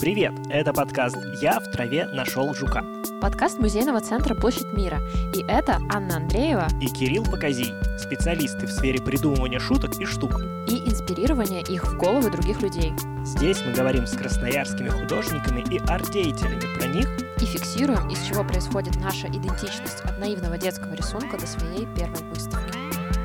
Привет! Это подкаст «Я в траве нашел жука». Подкаст музейного центра «Площадь мира». И это Анна Андреева и Кирилл Показий, специалисты в сфере придумывания шуток и штук. И инспирирования их в головы других людей. Здесь мы говорим с красноярскими художниками и арт-деятелями про них и фиксируем, из чего происходит наша идентичность от наивного детского рисунка до своей первой выставки.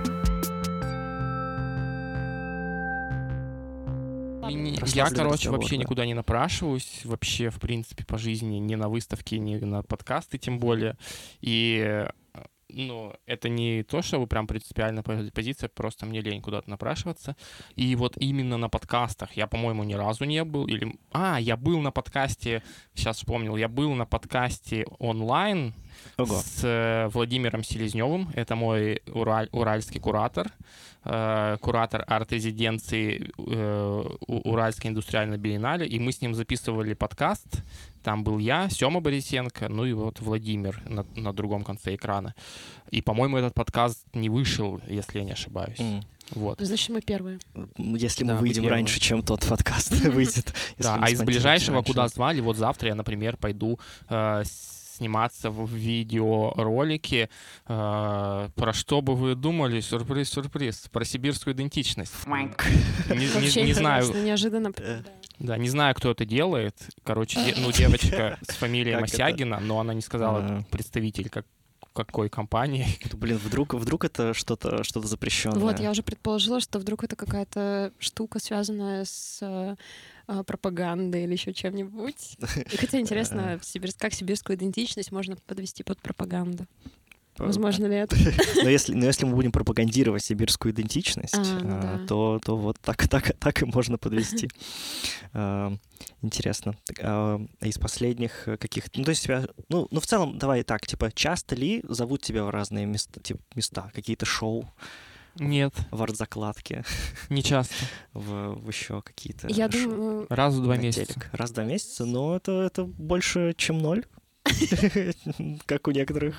Я, вообще никуда не напрашиваюсь, вообще, в принципе, по жизни, ни на выставки, ни на подкасты, тем более. И, это не то, что вы прям принципиальная позиция, просто мне лень куда-то напрашиваться. И вот именно на подкастах я, по-моему, ни разу не был. Я был на подкасте, сейчас вспомнил, я был на подкасте онлайн с Владимиром Селезневым. Это мой уральский куратор. Куратор арт-резиденции Уральской индустриальной биеннале, и мы с ним записывали подкаст. Там был я, Сёма Борисенко, и вот Владимир на другом конце экрана. И, по-моему, этот подкаст не вышел, если я не ошибаюсь. Вот. Значит, мы первые. Если мы выйдем раньше, чем тот подкаст выйдет. Да, а из ближайшего, куда звали, вот завтра я, например, пойду сниматься в видеоролике. Про что бы вы думали? Сюрприз. Про сибирскую идентичность. Не знаю. Неожиданно. Да, не знаю, кто это делает. Короче, девочка с фамилией Мосягина, но она не сказала представитель какой компании. Вдруг это что-то запрещенное. Вот, я уже предположила, что вдруг это какая-то штука, связанная с пропагандой или еще чем-нибудь. И хотя интересно, как сибирскую идентичность можно подвести под пропаганду. Возможно ли это? Но если мы будем пропагандировать сибирскую идентичность, то вот так и можно подвести. Интересно. Из последних каких-то... в целом, давай так, часто ли зовут тебя в разные места, какие-то шоу? Нет. В арт-закладке? Не часто. В еще какие-то... Я думаю... Раз в 2 месяца. Раз в 2 месяца, но это больше, чем 0. Как у некоторых.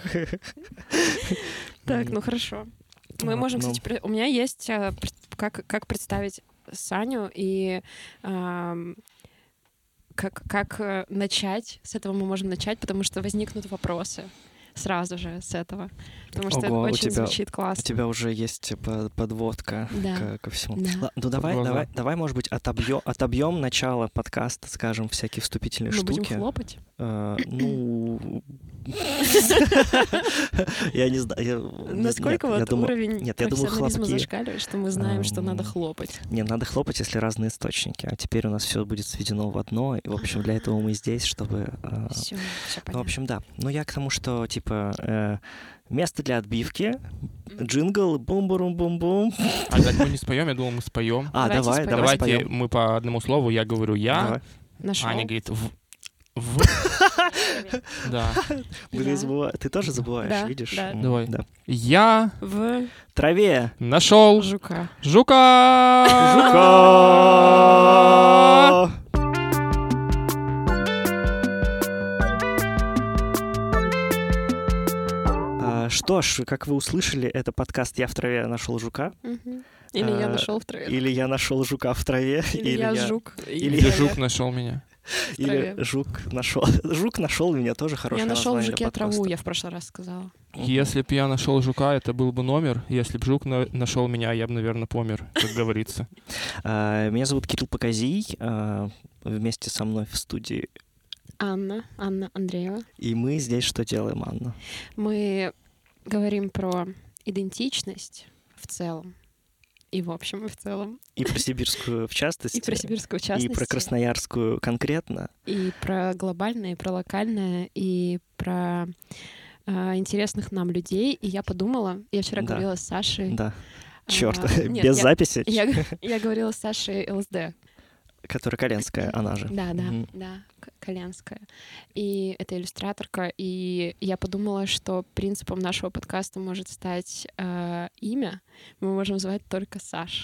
Так, хорошо. Мы можем, кстати, у меня есть как представить Саню и как начать. С этого мы можем начать, потому что возникнут вопросы сразу же с этого. Потому что это очень звучит классно. У тебя уже есть подводка ко всему. Да. Давай, может быть, отобьем начало подкаста, скажем, всякие вступительные штуки. Мы будем хлопать? Я не знаю. Насколько уровень профессионализма хлопки зашкаливает, что мы знаем, что надо хлопать? Нет, надо хлопать, если разные источники. А теперь у нас все будет сведено в одно. И, в общем, для этого мы здесь, чтобы... Все понятно. В общем, да. Я к тому, что, место для отбивки, джингл, бум-бурум-бум-бум. А мы не споем, я думал, мы споем. Давайте мы по одному слову, я говорю «я», Аня говорит Да. Ты тоже забываешь, видишь? Да. Давай. Я в траве нашел жука. Что ж, как вы услышали, это подкаст «Я в траве нашел жука». Или я нашел в траве. Или я нашел жука в траве. Или я жук. Или жук нашел меня. Или жук нашел. Жук нашел меня, тоже хорошее название. Я нашел в жуке траву, я в прошлый раз сказала. Если б я нашел жука, это был бы номер. Если б жук нашел меня, я бы, наверное, помер, как говорится. Меня зовут Кирилл Показий. Вместе со мной в студии Анна Андреева. И мы здесь что делаем, Анна? Мы говорим про идентичность в целом. И в общем, и в целом. И про сибирскую в частности. И про красноярскую конкретно. И про глобальное, и про локальное, и про интересных нам людей. И я подумала, я вчера говорила с Сашей. Да. Черт, без записи. Я говорила с Сашей ЛСД. Которая Коленская, она же. Да, Коленская. И это иллюстраторка. И я подумала, что принципом нашего подкаста может стать имя. Мы можем звать только Саш.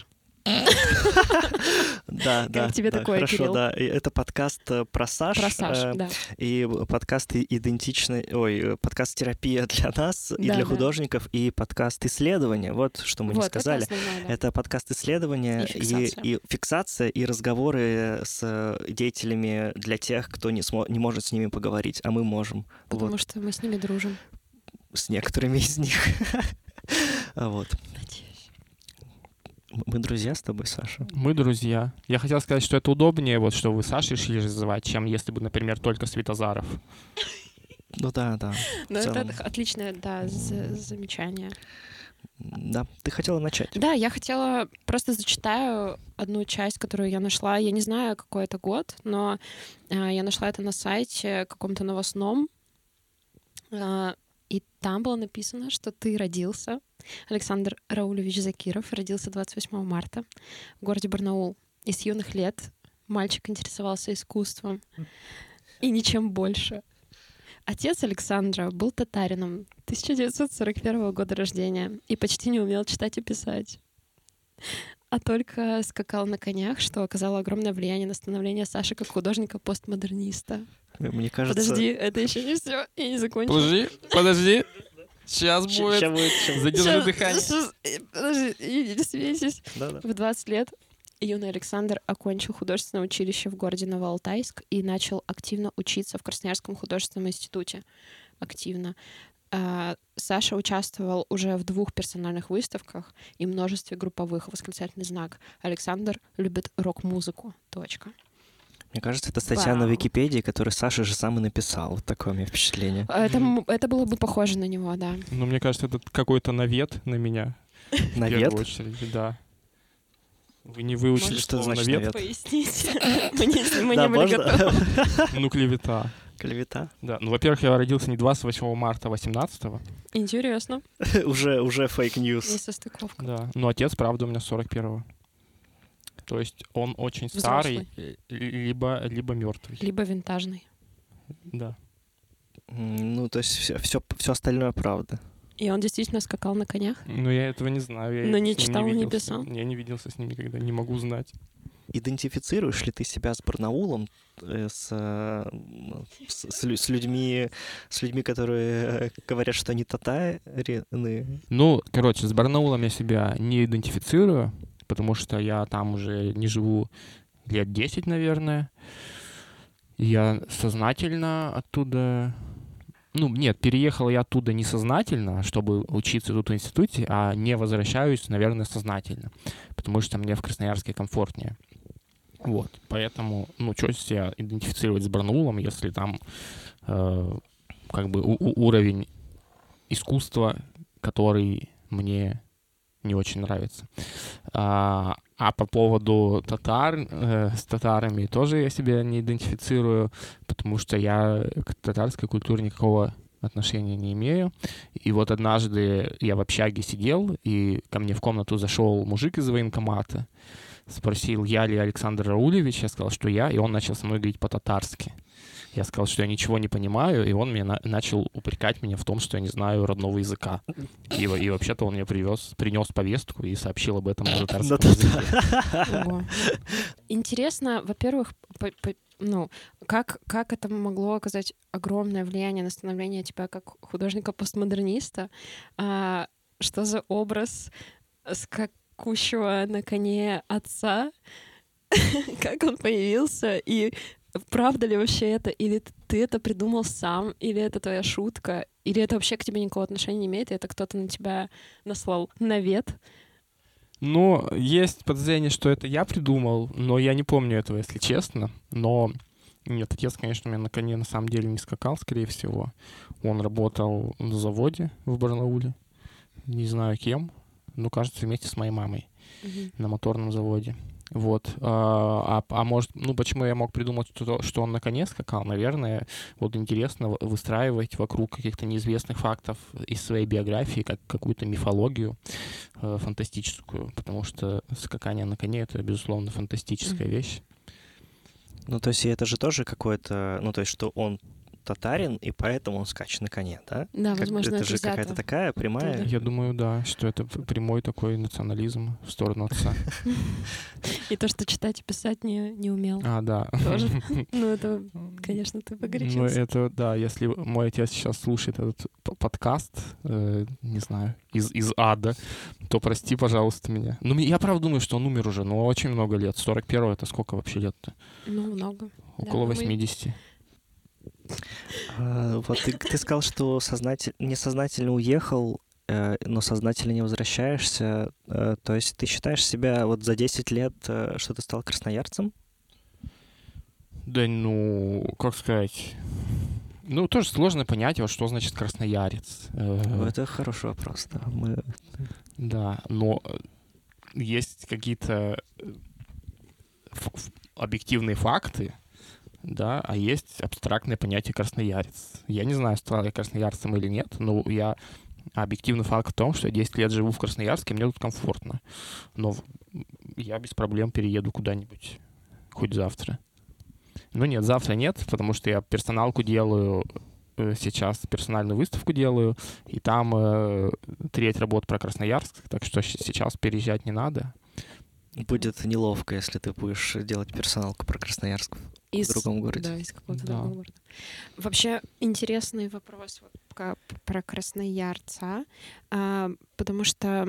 Да, да. Как тебе такое, хорошо, Кирилл? да. Это подкаст про Саш. Про Саш, да. И подкаст подкаст терапия для нас и Да, для да. художников, и подкаст исследования. Вот что мы не Вот, сказали. это основное, да. Это подкаст исследования И фиксация. и фиксация, и разговоры с деятелями для тех, кто не может с ними поговорить, а мы можем. Потому Вот. что мы с ними дружим. С некоторыми из них. Вот. Надеюсь. Мы друзья с тобой, Саша. Мы друзья. Я хотел сказать, что это удобнее, вот что вы Сашей решили называть, чем если бы, например, только Светозаров. Ну да, да. Ну, В это целом. отличное, да, замечание. Да, ты хотела начать. Да, я хотела просто зачитаю одну часть, которую я нашла. Я не знаю, какой это год, но я нашла это на сайте каком-то новостном. И там было написано, что ты родился. Александр Раулевич Закиров родился 28 марта в городе Барнаул. И с юных лет мальчик интересовался искусством и ничем больше. Отец Александра был татарином 1941 года рождения и почти не умел читать и писать, а только скакал на конях, что оказало огромное влияние на становление Саши как художника-постмодерниста. Мне кажется... Подожди, это еще не все, я не закончила. Подожди. Сейчас будет. Ща будет. Задержи дыхание. Подожди, не смейтесь. Да-да. В 20 лет юный Александр окончил художественное училище в городе Новоалтайск и начал активно учиться в Красноярском художественном институте. Активно. Саша участвовал уже в 2 персональных выставках и множестве групповых, восклицательный знак. Александр любит рок-музыку. Точка. Мне кажется, это статья на Вау. Википедии, которую Саша же сам и написал. Вот такое у меня впечатление. Это было бы похоже на него, да. Ну, мне кажется, это какой-то навет на меня. В Навет? первую очередь, да. Вы не выучили, Может, что слово значит навет? навет? Поясните. Мы Да, не были можно? готовы. Ну, клевета. Клевета? Да. Ну, во-первых, я родился не 28 марта, а 18-го. Интересно. Уже фейк-ньюс. Несостыковка. Да. Но отец, правда, у меня 41-го. То есть он очень старый, либо мертвый. Либо винтажный. Да. Ну, то есть все остальное правда. И он действительно скакал на конях. Но я этого не знаю. Я Но не с ним читал, не виделся. писал? Я не виделся с ним никогда, не могу знать. Идентифицируешь ли ты себя с Барнаулом, с людьми, которые говорят, что они татарины? Ну, короче, с Барнаулом я себя не идентифицирую, потому что я там уже не живу лет 10, наверное. Я сознательно оттуда... Ну, нет, переехал я оттуда несознательно, чтобы учиться тут в институте, а не возвращаюсь, наверное, сознательно, потому что мне в Красноярске комфортнее. Вот, поэтому, ну, что себя идентифицировать с Барнаулом, если там как бы уровень искусства, который мне не очень нравится. А по поводу татар, с татарами тоже я себя не идентифицирую, потому что я к татарской культуре никакого отношения не имею. И вот однажды я в общаге сидел, и ко мне в комнату зашел мужик из военкомата, спросил, я ли Александр Раулевич, я сказал, что я, и он начал со мной говорить по-татарски. Я сказал, что я ничего не понимаю, и он мне начал упрекать меня в том, что я не знаю родного языка. И вообще-то он мне принес повестку и сообщил об этом на татарском языке. Ого. Интересно, во-первых, ну, как это могло оказать огромное влияние на становление тебя как художника-постмодерниста? Что за образ скакущего на коне отца? Как он появился? И правда ли вообще это? Или ты это придумал сам? Или это твоя шутка? Или это вообще к тебе никакого отношения не имеет? И это кто-то на тебя наслал навет? Ну, есть подозрение, что это я придумал, но я не помню этого, если честно. Но нет, отец, конечно, у меня на коне на самом деле не скакал, скорее всего. Он работал на заводе в Барнауле. Не знаю кем, но, кажется, вместе с моей мамой на моторном заводе. Вот. А может, ну почему я мог придумать, что он на коне скакал? Наверное, вот интересно выстраивать вокруг каких-то неизвестных фактов из своей биографии как какую-то мифологию фантастическую, потому что скакание на коне — это, безусловно, фантастическая вещь. Ну, то есть это же тоже какое-то... Ну, то есть что он татарин, и поэтому он скачет на коне, да? Да, возможно, это же какая-то такая прямая... Я думаю, да, что это прямой такой национализм в сторону отца. И то, что читать и писать не умел. Да. Тоже. Ну, это, конечно, ты погорячился. Ну, это, да, если мой отец сейчас слушает этот подкаст, не знаю, из ада, то прости, пожалуйста, меня. Ну, я правда думаю, что он умер уже, но очень много лет. 41-го — это сколько вообще лет-то? Ну, много. Около 80. Вот ты сказал, что несознательно уехал, но сознательно не возвращаешься. То есть ты считаешь себя вот за 10 лет, что ты стал красноярцем? Да, ну, как сказать... Ну, тоже сложно понять, вот что значит красноярец. Это хороший вопрос, да. Да, но есть какие-то объективные факты, да, а есть абстрактное понятие красноярец. Я не знаю, стал я красноярцем или нет, но объективный факт в том, что я 10 лет живу в Красноярске, мне тут комфортно. Но я без проблем перееду куда-нибудь, хоть завтра. Ну нет, завтра нет, потому что я персоналку делаю, сейчас персональную выставку делаю, и там треть работ про Красноярск, так что сейчас переезжать не надо. Будет неловко, если ты будешь делать персоналку про Красноярск в другом городе. Да, из какого-то другого города. Вообще интересный вопрос про красноярца, потому что,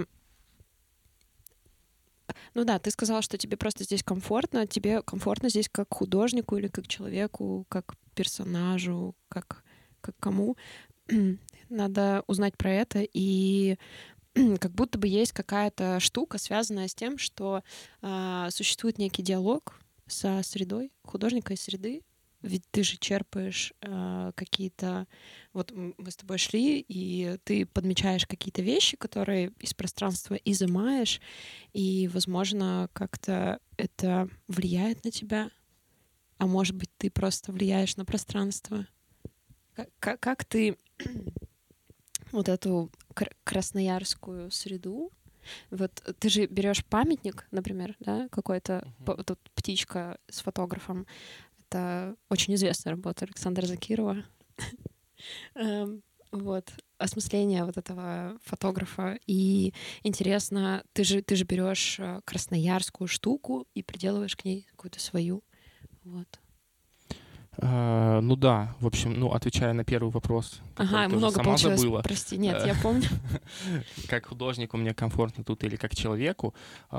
ну да, ты сказала, что тебе просто здесь комфортно, тебе комфортно здесь как художнику или как человеку, как персонажу, как кому. Надо узнать про это, и как будто бы есть какая-то штука, связанная с тем, что существует некий диалог со средой, художника и среды. Ведь ты же черпаешь какие-то... Вот мы с тобой шли, и ты подмечаешь какие-то вещи, которые из пространства изымаешь, и, возможно, как-то это влияет на тебя. А может быть, ты просто влияешь на пространство. Как ты вот эту красноярскую среду... Вот ты же берешь памятник, например, да, какой-то, тут птичка с фотографом. Это очень известная работа Александра Закирова. Вот. Осмысление вот этого фотографа. И интересно, ты же берешь красноярскую штуку и приделываешь к ней какую-то свою. Вот. Ну да, в общем, отвечая на первый вопрос. Ага, много получилось, забыла. Прости, нет, я помню. Как художнику мне комфортно тут или как человеку?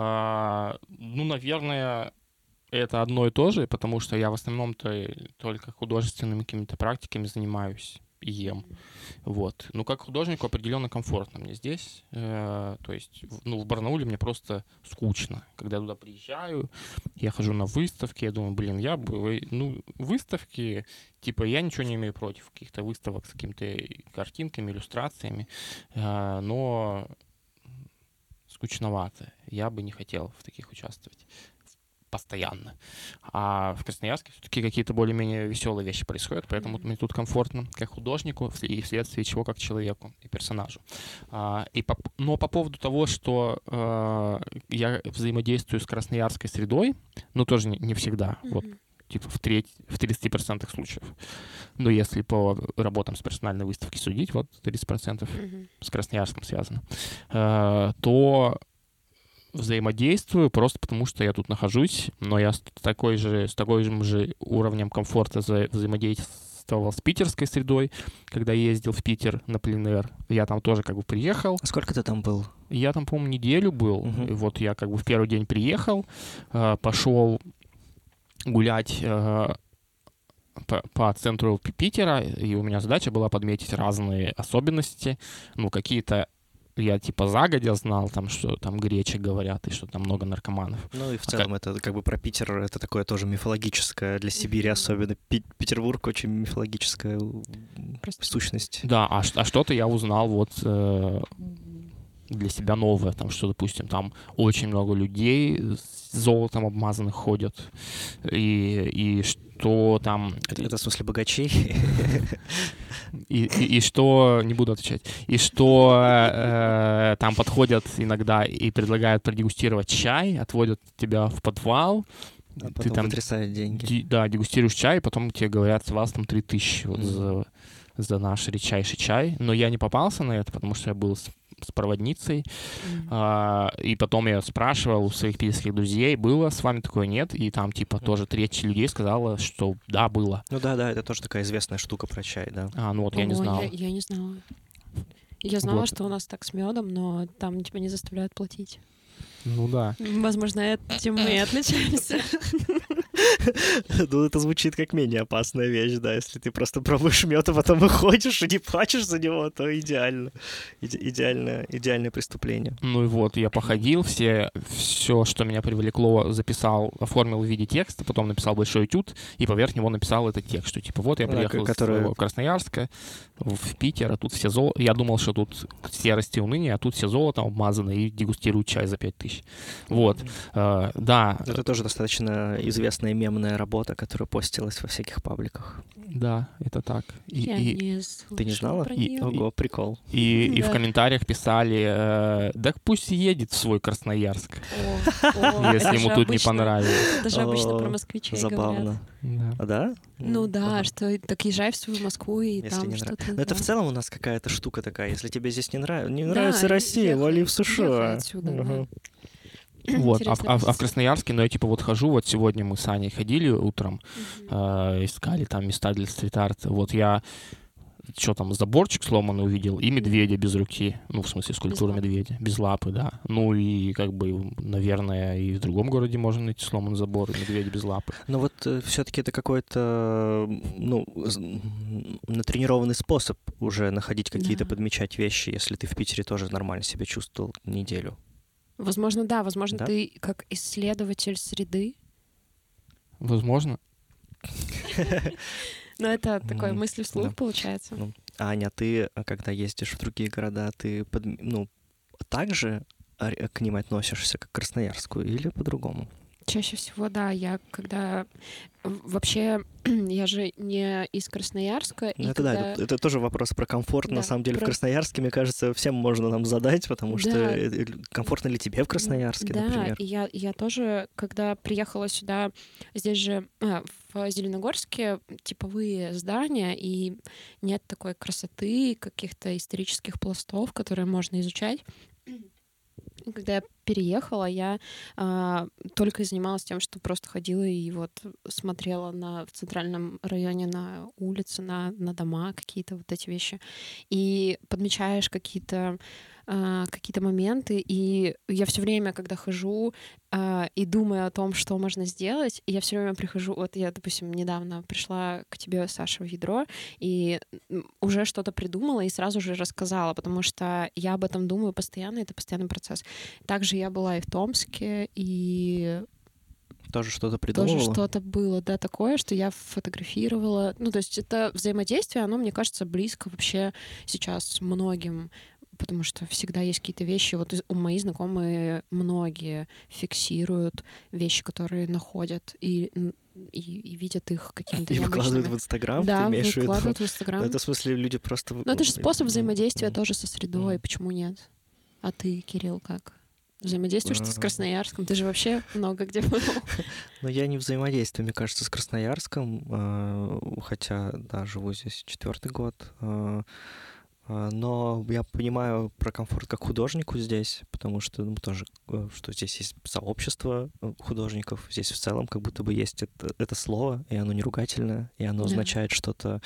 Наверное, это одно и то же, потому что я в основном-то только художественными какими-то практиками занимаюсь и ем. Вот. Как художнику определенно комфортно мне здесь. То есть, в Барнауле мне просто скучно. Когда я туда приезжаю, я хожу на выставки, я думаю, выставки, я ничего не имею против каких-то выставок с какими-то картинками, иллюстрациями, но скучновато. Я бы не хотел в таких участвовать постоянно. А в Красноярске все-таки какие-то более-менее веселые вещи происходят, поэтому мне тут комфортно как художнику и вследствие чего как человеку и персонажу. Но по поводу того, что я взаимодействую с красноярской средой, тоже не всегда, в 30% случаев. Но если по работам с персональной выставки судить, 30% с Красноярском связано, то взаимодействую просто потому, что я тут нахожусь, но я с таким же уровнем комфорта взаимодействовал с питерской средой, когда ездил в Питер на пленэр. Я там тоже приехал. А сколько ты там был? Я там, по-моему, неделю был. И я в первый день приехал, пошел гулять по центру Питера, и у меня задача была подметить разные особенности, какие-то я загодя знал, что там гречи говорят, и что там много наркоманов. И в целом это про Питер, это такое тоже мифологическое, для Сибири особенно. Петербург очень мифологическая сущность. Да, а что-то я узнал для себя новое, что, допустим, там очень много людей с золотом обмазанных ходят, и что там... Это в смысле богачей? И что... Не буду отвечать. И что там подходят иногда и предлагают продегустировать чай, отводят тебя в подвал, А потом там вытрясают деньги. Дегустируешь чай, потом тебе говорят, с вас там 3000 вот за наш редчайший чай. Но я не попался на это, потому что я был с проводницей. И потом я спрашивал у своих питерских друзей, было с вами такое, нет? И там типа тоже треть людей сказала, что да, было. Ну да, это тоже такая известная штука про чай, да. Ну вот, я не знал. Я не знала. Я знала, что у нас так с медом, но там тебя не заставляют платить. Ну да. Возможно, этим мы и отличаемся. Ну, это звучит как менее опасная вещь, да. Если ты просто пробуешь мед, а потом выходишь и не плачешь за него, то идеально. Идеальное преступление. Ну и вот, я походил, все, что меня привлекло, записал, оформил в виде текста, потом написал большой этюд, и поверх него написал этот текст, что типа вот я приехал из Красноярска в Питер, а тут все золото. Я думал, что тут серость и уныние, а тут все золотом обмазано и дегустируют чай за 5000. Вот, да. Это тоже достаточно известная мемная работа, которая постилась во всяких пабликах. Да, это так. Ты не знала? Ого, прикол. И в комментариях писали, да пусть едет в свой Красноярск, если ему тут не понравилось. Даже обычно про москвичей говорят. Забавно. Да? Ну да, что так езжай в свою Москву и там что-то. Но это в целом у нас какая-то штука такая. Если тебе здесь не нравится Россия, вали в США. Вот, а в Красноярске, я типа вот хожу, вот сегодня мы с Аней ходили утром, искали там места для стрит-арта, вот я что там, заборчик сломанный увидел и медведя без руки, ну, в смысле, скульптура медведя, без лапы, да. Ну и, как бы, наверное, и в другом городе можно найти сломанный забор и медведя без лапы. Но вот все-таки это какой-то, натренированный способ уже находить какие-то, подмечать вещи, если ты в Питере тоже нормально себя чувствовал неделю. Возможно, да. Возможно, ты как исследователь среды. Возможно. Но это такой мысль вслух, получается. Аня, ты, когда ездишь в другие города, ты также к ним относишься, как к Красноярску, или по-другому? Чаще всего, да. Я когда... Вообще, я же не из Красноярска. Это тоже вопрос про комфорт. На самом деле в Красноярске, мне кажется, всем можно нам задать, потому что комфортно ли тебе в Красноярске, например? Да, я тоже, когда приехала сюда, здесь же в Зеленогорске типовые здания, и нет такой красоты, каких-то исторических пластов, которые можно изучать. Когда я переехала, я только занималась тем, что просто ходила и вот смотрела в центральном районе на улицы, на дома, какие-то вот эти вещи. И подмечаешь какие-то моменты, и я все время, когда хожу и думаю о том, что можно сделать, и я все время прихожу, вот я, допустим, недавно пришла к тебе, Саша, в ядро, и уже что-то придумала и сразу же рассказала, потому что я об этом думаю постоянно, это постоянный процесс. Также я была и в Томске, и тоже что-то придумывала? Тоже что-то было, да, такое, что я фотографировала. Ну, то есть это взаимодействие, оно, мне кажется, близко вообще сейчас многим, потому что всегда есть какие-то вещи. Вот мои знакомые многие фиксируют вещи, которые находят, и видят их какими-то необычными. И выкладывают в Инстаграм? Да, выкладывают в Инстаграм. Это в смысле люди просто... Ну, это же способ взаимодействия тоже со средой, почему нет? А ты, Кирилл, как? Взаимодействуешь ты с Красноярском? Ты же вообще много где был. Ну, я не взаимодействую, мне кажется, с Красноярском, хотя, да, живу здесь 4-й год. Но я понимаю про комфорт как художнику здесь, потому что тоже, что здесь есть сообщество художников, здесь в целом как будто бы есть это слово, и оно не ругательное, и оно означает что-то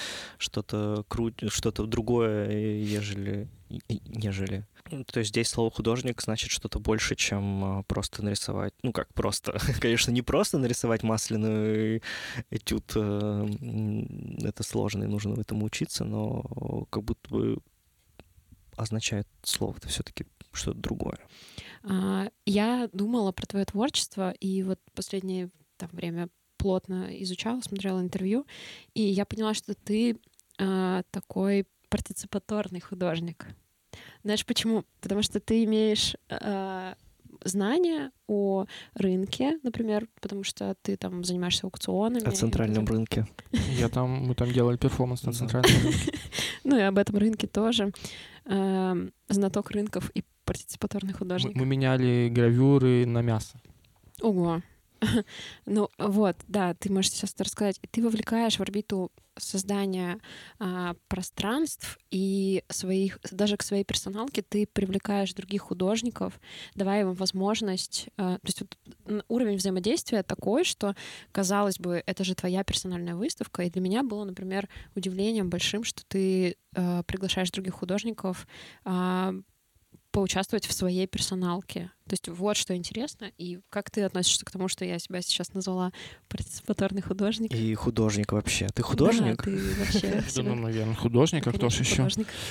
другое, нежели. То есть здесь слово «художник» значит что-то больше, чем просто нарисовать. Ну, как просто. Конечно, не просто нарисовать масляный этюд. Это сложно, и нужно этому учиться, но как будто бы означает слово-то все-таки что-то другое. Я думала про твое творчество, и вот последнее время плотно изучала, смотрела интервью, и я поняла, что ты такой партиципаторный художник. Знаешь почему? Потому что ты имеешь знания о рынке, например, потому что ты там занимаешься аукционами. О центральном рынке. Мы там делали перформанс на центральном рынке. Ну и об этом рынке тоже. Знаток рынков и партиципаторный художник. Мы меняли гравюры на мясо. Ого. Ну вот, да, ты можешь сейчас это рассказать. Ты вовлекаешь в орбиту создания пространств и даже к своей персоналке ты привлекаешь других художников, давая им возможность... То есть вот уровень взаимодействия такой, что, казалось бы, это же твоя персональная выставка, и для меня было, например, удивлением большим, что ты приглашаешь других художников поучаствовать в своей персоналке. То есть вот что интересно. И как ты относишься к тому, что я себя сейчас назвала партиципаторный художник? И художник вообще. Ты художник? Да, ты вообще... Ну, наверное, художник, а кто же еще?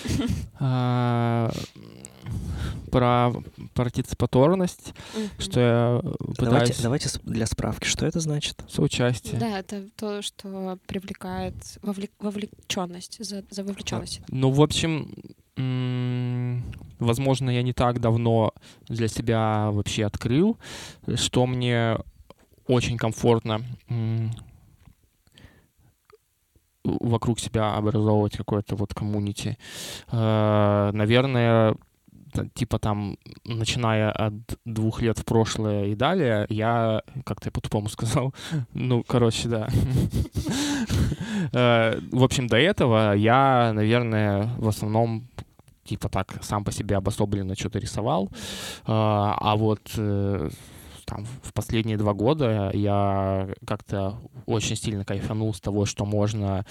Про партиципаторность, что я пытаюсь... Давайте для справки, что это значит? Соучастие. Да, это то, что привлекает вовлеченность, за вовлеченность. Ну, в общем, возможно, я не так давно для себя вообще открыл, что мне очень комфортно вокруг себя образовывать какое-то вот комьюнити. Наверное, типа там, начиная от 2 лет в прошлое и далее, я, как-то я по-тупому сказал, ну, короче, да. В общем, до этого я, наверное, в основном типа так сам по себе обособленно что-то рисовал, а вот там в последние 2 года я как-то очень сильно кайфанул с того, что можно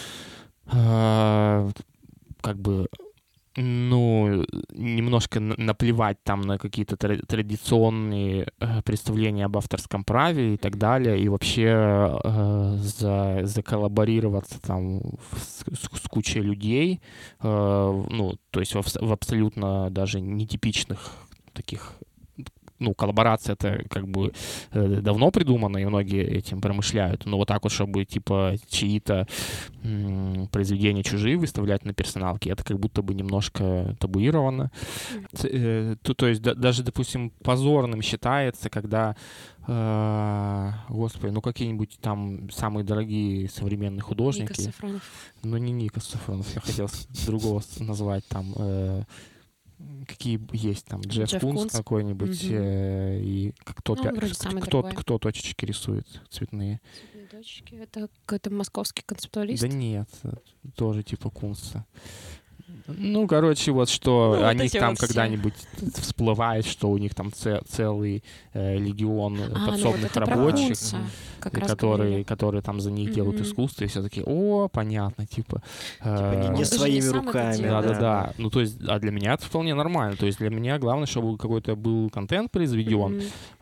как бы ну, немножко наплевать там на какие-то традиционные представления об авторском праве и так далее, и вообще заколлаборироваться там с кучей людей, ну, то есть в абсолютно даже нетипичных таких... Ну, коллаборация это как бы давно придумана, и многие этим промышляют. Но вот так вот, чтобы типа чьи-то произведения чужие выставлять на персоналке, это как будто бы немножко табуировано. То есть даже, допустим, позорным считается, когда господи, ну какие-нибудь там самые дорогие современные художники. Никос Сафронов. Ну не Никос Сафронов, я хотел другого назвать там... Какие есть там Джефф Кунс какой-нибудь и кто точечки рисует цветные. Цветные точечки. Это какой-то московский концептуалист? Да нет, тоже типа Кунса. Ну, короче, вот что ну, о них там вот когда-нибудь всплывает, что у них там целый легион подсобных рабочих, которые там за них делают искусство, и все такие, о, понятно, типа... не своими руками. Да-да-да. Ну, то есть, а для меня это вполне нормально. То есть для меня главное, чтобы какой-то был контент произведен,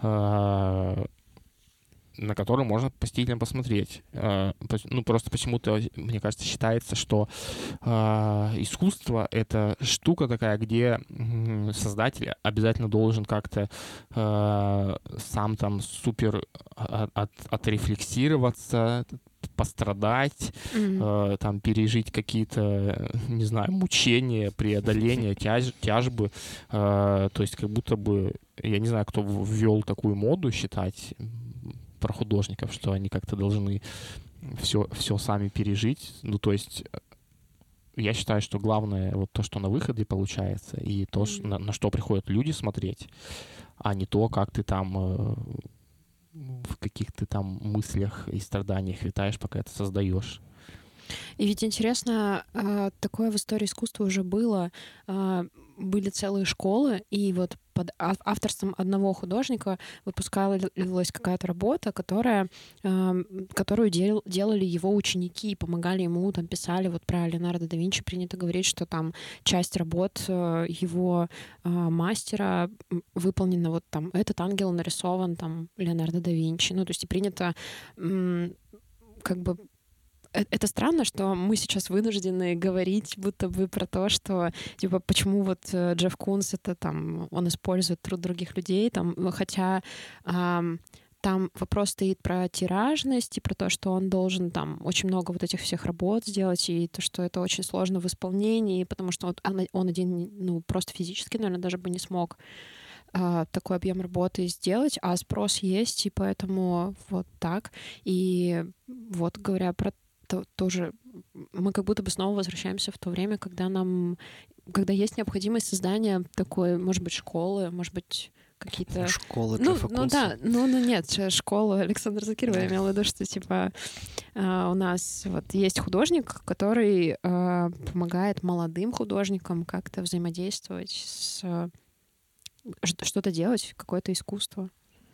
на который можно посетителям посмотреть. Ну, просто почему-то, мне кажется, считается, что искусство — это штука такая, где создатель обязательно должен как-то сам там супер отрефлексироваться, пострадать, там пережить какие-то, не знаю, мучения, преодоления, тяжбы. То есть как будто бы, я не знаю, кто ввел такую моду считать про художников, что они как-то должны все сами пережить. Ну, то есть я считаю, что главное вот то, что на выходе получается, и то, на что приходят люди смотреть, а не то, как ты там в каких ты там мыслях и страданиях витаешь, пока это создаешь. И ведь интересно, такое в истории искусства уже было. Были целые школы, и вот под авторством одного художника выпускалась какая-то работа, которую делали его ученики и помогали ему, там писали, вот про Леонардо да Винчи принято говорить, что там часть работ его мастера выполнена, вот там этот ангел нарисован там Леонардо да Винчи. Ну, то есть и принято как бы... Это странно, что мы сейчас вынуждены говорить будто бы про то, что, типа, почему вот Джефф Кунс, это там, он использует труд других людей, там, хотя там вопрос стоит про тиражность и про то, что он должен там очень много вот этих всех работ сделать, и то, что это очень сложно в исполнении, потому что вот он один, ну, просто физически, наверное, даже бы не смог такой объем работы сделать, а спрос есть, и поэтому вот так. И вот, говоря про тоже мы как будто бы снова возвращаемся в то время, когда есть необходимость создания такой, может быть, школы, может быть, какие-то... Школы Джеффа Кунса. Нет, школу Александра Закирова. Я имела в виду, что, типа, у нас вот есть художник, который помогает молодым художникам как-то взаимодействовать с... что-то делать, какое-то искусство.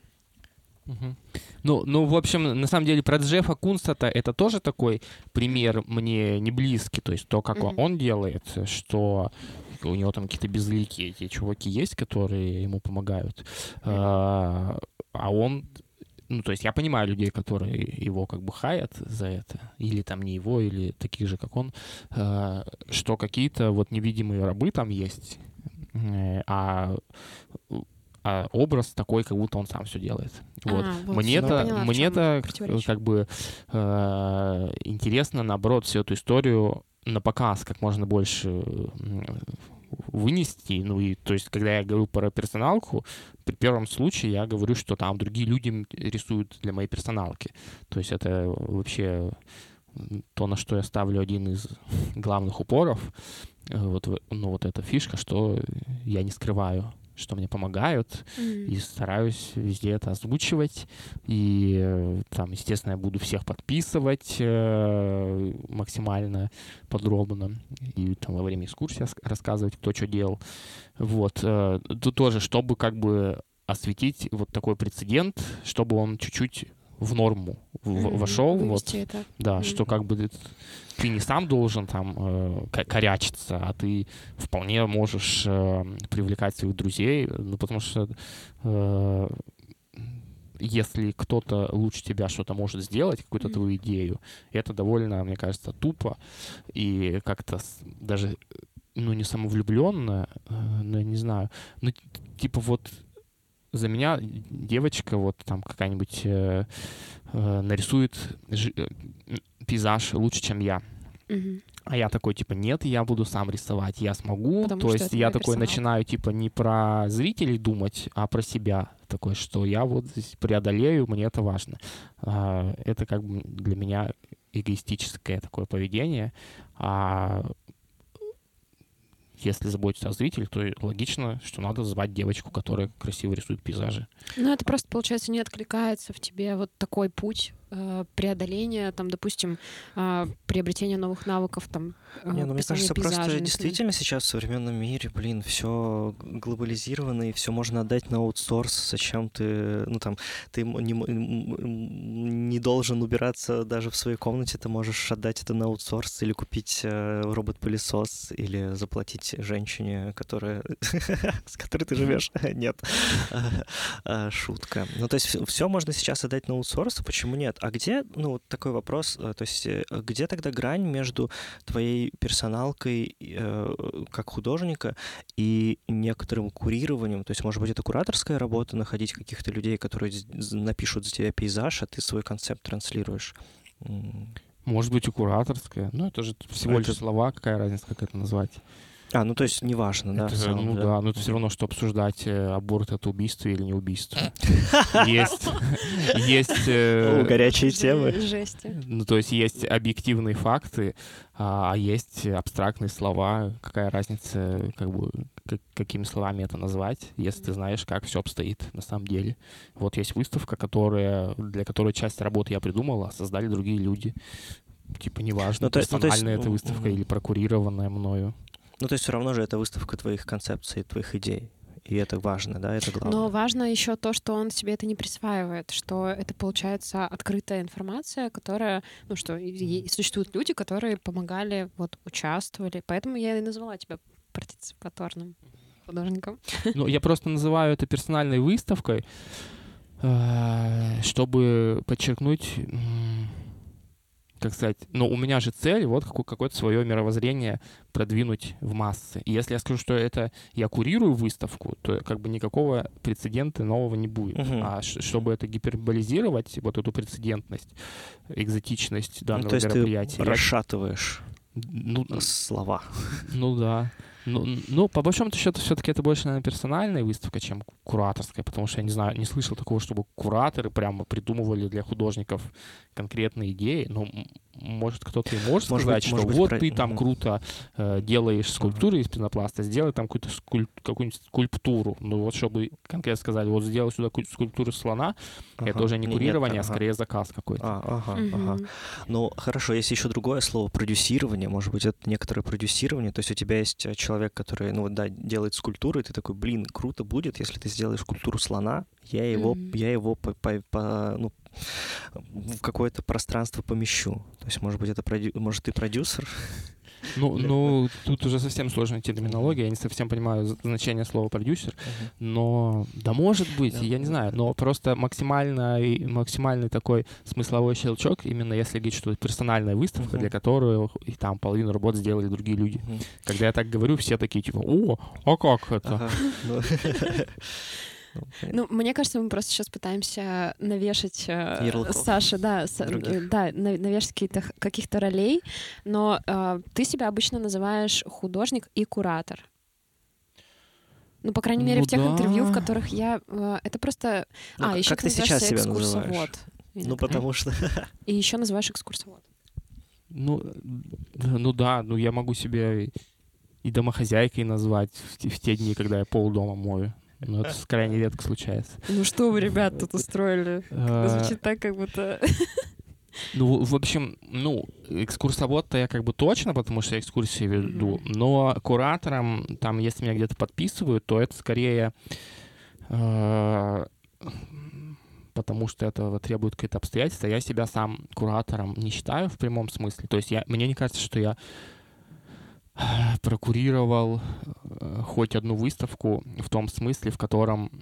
Ну, в общем, на самом деле про Джеффа Кунса-то это тоже такой пример мне не близкий. То есть то, как он делает, что у него там какие-то безликие эти чуваки есть, которые ему помогают. А он... Ну, то есть я понимаю людей, которые его как бы хаят за это, или там не его, или таких же, как он, что какие-то вот невидимые рабы там есть, а образ такой, как будто он сам все делает. Вот. Мне-то как бы интересно, наоборот, всю эту историю на показ как можно больше вынести. Ну и, то есть, когда я говорю про персоналку, при первом случае я говорю, что там другие люди рисуют для моей персоналки. То есть это вообще то, на что я ставлю один из главных упоров. Вот эта фишка, что я не скрываю, что мне помогают, и стараюсь везде это озвучивать. И там, естественно, я буду всех подписывать максимально подробно. И там во время экскурсии рассказывать, кто что делал. Вот. Тут тоже, чтобы как бы осветить вот такой прецедент, чтобы он чуть-чуть в норму вошел. Вот, да, что как бы ты не сам должен там корячиться, а ты вполне можешь привлекать своих друзей, ну, потому что если кто-то лучше тебя что-то может сделать, какую-то твою идею, это довольно, мне кажется, тупо и как-то даже, ну, не самовлюбленно, ну, я не знаю, ну, типа вот за меня девочка вот там какая-нибудь нарисует пейзаж лучше, чем я. А я такой, типа, нет, я буду сам рисовать, я смогу. Потому то есть я такой персонал. начинаю, типа, не про зрителей думать, а про себя. Такой, что я вот здесь преодолею, мне это важно. Это как бы для меня эгоистическое такое поведение. А если заботиться о зрителе, то логично, что надо звать девочку, которая красиво рисует пейзажи. Ну, это просто, получается, не откликается в тебе вот такой путь преодоления, там, допустим, приобретения новых навыков, там, мне кажется, пейзажей, просто например. действительно сейчас в современном мире, все глобализировано, и все можно отдать на аутсорс. Зачем ты, ну, там, ты не должен убираться даже в своей комнате, ты можешь отдать это на аутсорс или купить робот-пылесос, или заплатить женщине, с которой ты живешь. Нет, шутка. Ну, то есть все можно сейчас отдать на аутсорс, а почему нет? А где, ну, вот такой вопрос, то есть где тогда грань между твоей персоналкой как художника и некоторым курированием? То есть, может быть, это кураторская работа, находить каких-то людей, которые напишут за тебя пейзаж, а ты свой концепт транслируешь? Может быть, и кураторская. Ну, это же всего лишь слова, какая разница, как это назвать. Ну, то есть неважно, да? Ну да, но это все равно, что обсуждать, аборт — это убийство или не убийство. Есть... Горячие темы. Ну, то есть есть объективные факты, а есть абстрактные слова. Какая разница, как бы, какими словами это назвать, если ты знаешь, как все обстоит на самом деле. Вот есть выставка, для которой часть работы я придумал, а создали другие люди. Типа неважно, персональная эта выставка или прокурированная мною. Ну, то есть все равно же это выставка твоих концепций, твоих идей. И это важно, да, это главное. Но важно еще то, что он себе это не присваивает, что это, получается, открытая информация, которая, ну, что существуют люди, которые помогали, вот, участвовали. Поэтому я и назвала тебя партиципаторным художником. Ну, я просто называю это персональной выставкой, чтобы подчеркнуть... Как сказать, но у меня же цель вот какое-то свое мировоззрение продвинуть в массы. И если я скажу, что это я курирую выставку, то как бы никакого прецедента нового не будет. А чтобы это гиперболизировать, вот эту прецедентность, экзотичность данного мероприятия. То есть ты расшатываешь слова. Ну да. Ну, по большому счету, все-таки это больше, наверное, персональная выставка, чем кураторская, потому что я не знаю, не слышал такого, чтобы кураторы прямо придумывали для художников конкретные идеи. Ну, может, кто-то и может сказать, что вот ты там круто делаешь скульптуры из пенопласта, сделай там какую-нибудь скульптуру. Ну, вот чтобы конкретно сказали, вот сделай сюда скульптуру слона, это уже не курирование, а скорее заказ какой-то. Ну, хорошо, есть еще другое слово — продюсирование. Может быть, это некоторое продюсирование. То есть у тебя есть человек, который, ну, да, делает скульптуру, и ты такой, блин, круто будет, если ты сделаешь скульптуру слона, я его ну, в какое-то пространство помещу. То есть, может быть, это может, ты продюсер? Ну, тут уже совсем сложная терминология, я не совсем понимаю значение слова «продюсер», но, да, может быть, я не знаю, но просто максимальный такой смысловой щелчок, именно если говорить, что это персональная выставка, для которой и там половину работ сделали другие люди. Когда я так говорю, все такие, типа, о, а как это? Ну, мне кажется, мы просто сейчас пытаемся навешать Саше, навешать каких-то ролей, но ты себя обычно называешь художник и куратор. Ну, по крайней мере, в тех интервью, в которых я... Это просто... еще как ты сейчас себя называешь? Ну, потому что... И еще называешь экскурсовод. Ну да, я могу себя и домохозяйкой назвать в те дни, когда я полдома мою. Но это крайне редко случается. Ну что вы, ребят, тут устроили? Звучит так, как будто... Ну, в общем, экскурсовод-то я как бы точно, потому что я экскурсии веду, но куратором, там, если меня где-то подписывают, то это скорее потому что это требует какие-то обстоятельства. Я себя сам куратором не считаю в прямом смысле. То есть мне не кажется, что я прокурировал хоть одну выставку в том смысле, в котором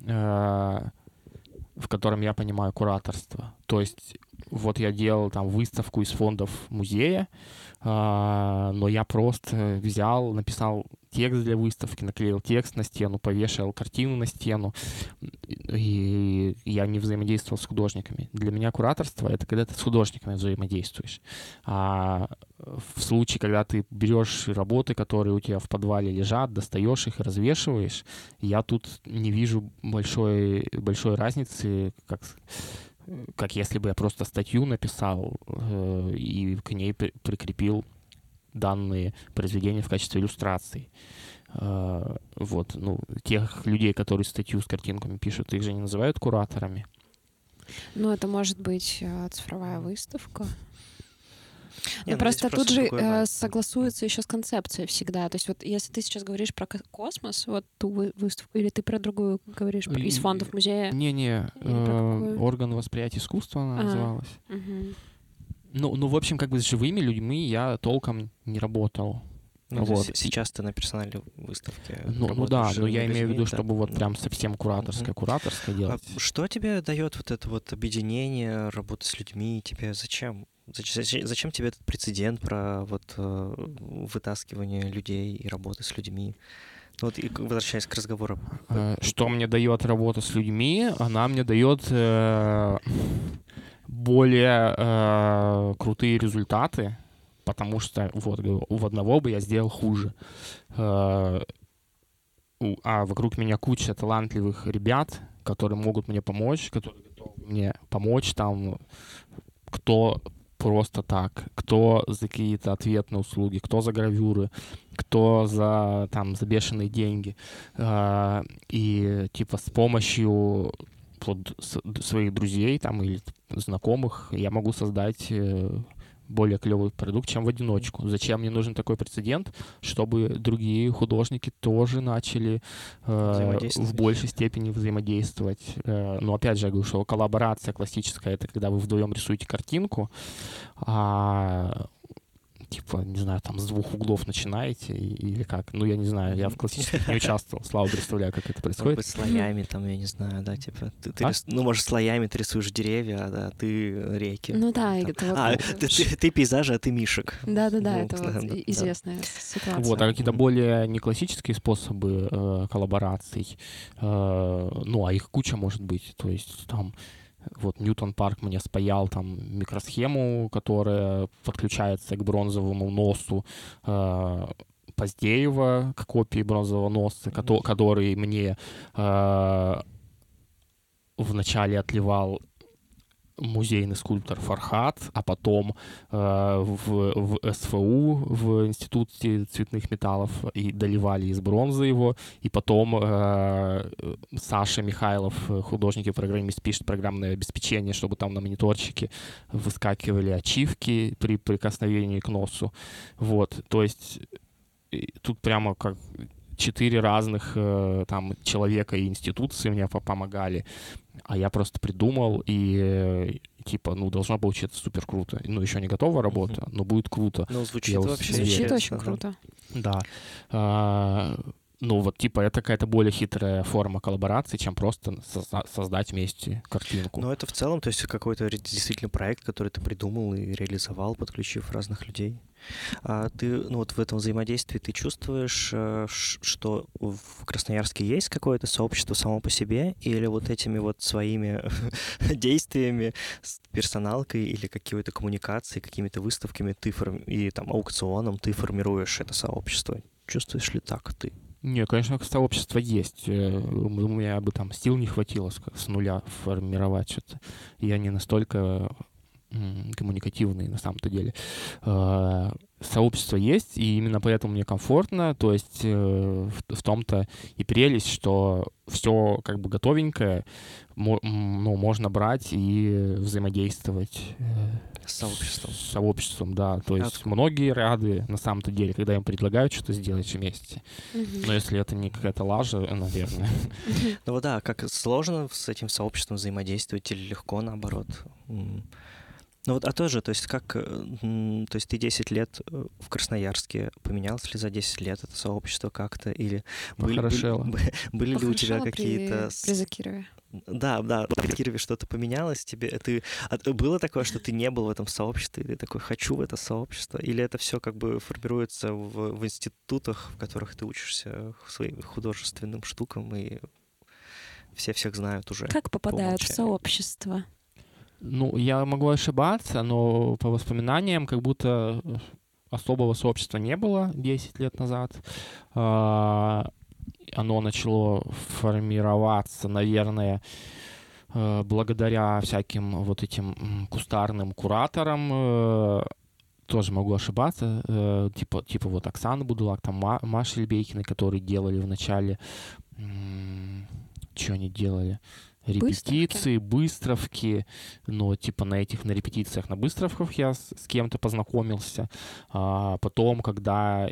я понимаю кураторство. То есть вот я делал там выставку из фондов музея, но я просто взял, написал текст для выставки, наклеил текст на стену, повешал картину на стену, и я не взаимодействовал с художниками. Для меня кураторство — это когда ты с художниками взаимодействуешь. А в случае, когда ты берешь работы, которые у тебя в подвале лежат, достаешь их и развешиваешь, я тут не вижу большой разницы, как если бы я просто статью написал и к ней прикрепил данные произведения в качестве иллюстраций. Вот, тех людей, которые статью с картинками пишут, их же не называют кураторами. Ну, это может быть цифровая выставка. Просто тут же согласуется еще с концепцией всегда. То есть вот если ты сейчас говоришь про космос, вот ту выставку, или ты про другую говоришь, из фондов музея? Не-не, орган восприятия искусства она называлась. Ну, в общем, как бы с живыми людьми я толком не работал. Вот. Сейчас ты на персональной выставке. Ну да, но я имею в виду, чтобы вот прям совсем кураторское делать. Что тебе дает вот это вот объединение, работа с людьми? Тебе зачем? Зачем тебе этот прецедент про вот вытаскивание людей и работы с людьми? Ну, вот и возвращаясь к разговору. Что мне дает работа с людьми? Она мне дает более крутые результаты, потому что вот у одного бы я сделал хуже. А вокруг меня куча талантливых ребят, которые могут мне помочь, которые готовы мне помочь, там, кто просто так, кто за какие-то ответные услуги, кто за гравюры, кто за бешеные деньги. И типа с помощью своих друзей там или знакомых я могу создать более клевый продукт, чем в одиночку. Зачем мне нужен такой прецедент? Чтобы другие художники тоже начали в большей степени взаимодействовать. Но опять же, я говорю, что коллаборация классическая — это когда вы вдвоем рисуете картинку, типа, не знаю, там с двух углов начинаете или как. Ну, я не знаю, я в классических не участвовал. Слава представляю, как это происходит. Может быть, слоями там, я не знаю, да, типа. Может, слоями ты рисуешь деревья, а ты реки. Ну да, это ты пейзажи, а ты мишек. Да-да-да, это вот известная ситуация. Вот, а какие-то более неклассические способы коллабораций, а их куча может быть. То есть там вот Ньютон Парк мне спаял там микросхему, которая подключается к бронзовому носу Поздеева к копии бронзового носа, который мне вначале отливал музейный скульптор Фархат, а потом в СФУ, в Институте цветных металлов, и доливали из бронзы его, и потом Саша Михайлов, художник и программист, пишет программное обеспечение, чтобы там на мониторчике выскакивали ачивки при прикосновении к носу. Вот, то есть тут прямо как 4 разных там человека и институции мне помогали, а я просто придумал, и типа, должно получиться супер круто. Еще не готова работа, но будет круто. Звучит вообще. Звучит очень круто. Да. Это какая-то более хитрая форма коллаборации, чем просто создать вместе картинку. Но это в целом, то есть какой-то действительно проект, который ты придумал и реализовал, подключив разных людей. А ты, в этом взаимодействии ты чувствуешь, что в Красноярске есть какое-то сообщество само по себе, или вот этими вот своими действиями, персоналкой или какой-то коммуникацией, какими-то выставками и там аукционом ты формируешь это сообщество? Чувствуешь ли так ты? Нет, конечно, сообщество есть. У меня бы там сил не хватило с нуля формировать что-то. Я не настолько коммуникативный на самом-то деле. Сообщество есть, и именно поэтому мне комфортно. То есть в том-то и прелесть, что все как бы готовенькое, можно брать и взаимодействовать с сообществом, да. То есть многие рады на самом-то деле, когда им предлагают что-то сделать вместе. Но если это не какая-то лажа, наверное. Как сложно с этим сообществом взаимодействовать или легко, наоборот? То есть ты 10 лет в Красноярске, поменялось ли за 10 лет это сообщество как-то, или были ли у тебя какие-то... При Закирове. Да, при Закирове что-то поменялось тебе? Было такое, что ты не был в этом сообществе, и ты такой, хочу в это сообщество? Или это все как бы формируется в институтах, в которых ты учишься своим художественным штукам, и все всех знают уже? Как попадают в сообщество? Я могу ошибаться, но по воспоминаниям как будто особого сообщества не было 10 лет назад. Оно начало формироваться, наверное, благодаря всяким вот этим кустарным кураторам. Тоже могу ошибаться. Типа вот Оксана Будулак, там Маша Ильбейкина, которые делали в начале... Что они делали? Репетиции, быстровки, но на репетициях на быстровках я с кем-то познакомился. А потом, когда,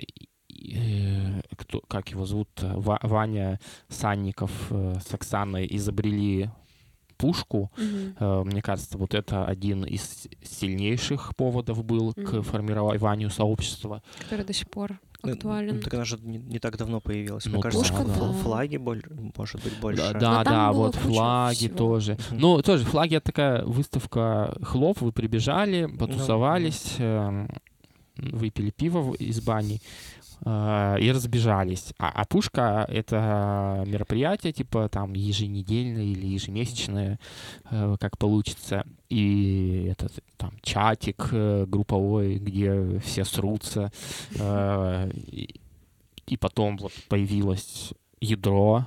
как его зовут, Ваня Санников с Оксаной изобрели пушку, мне кажется, вот это один из сильнейших поводов был к формированию сообщества. Который до сих пор актуален. Так она же не так давно появилась. Мне кажется, флаги, может быть, больше. Да, вот флаги тоже. Тоже флаги — это такая выставка хлоп. Вы прибежали, потусовались, выпили пиво из бани и разбежались. А пушка — это мероприятие, там еженедельное или ежемесячное, как получится. И это там чатик групповой, где все срутся. И потом вот появилось ядро.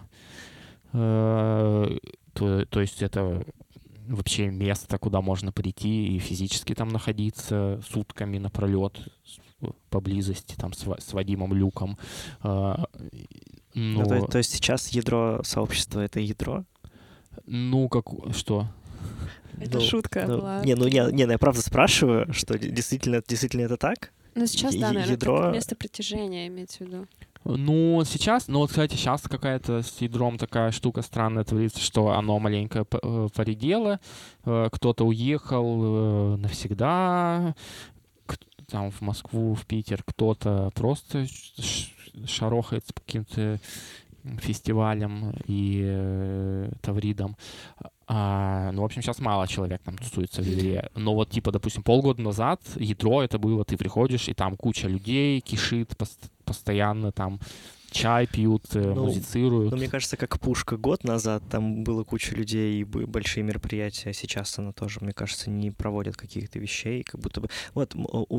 То есть это вообще место, куда можно прийти и физически там находиться сутками напролет поблизости там с Вадимом Люком. То есть сейчас ядро сообщества — это ядро? Что? Это шутка была. Я правда спрашиваю, что действительно это так? Сейчас, да, наверное, ядро... место притяжения имеется в виду. Сейчас, кстати, сейчас какая-то с ядром такая штука странная творится, что оно маленько поредело, кто-то уехал навсегда, там в Москву, в Питер, кто-то просто шарохается по каким-то фестивалям и тавридам. В общем, сейчас мало человек там тусуется в ядре. Но вот, допустим, полгода назад ядро это было, ты приходишь, и там куча людей кишит постоянно, там чай пьют, музицируют. Ну, мне кажется, как Пушка год назад, там было куча людей и большие мероприятия, сейчас она тоже, мне кажется, не проводит каких-то вещей, как будто бы... Вот,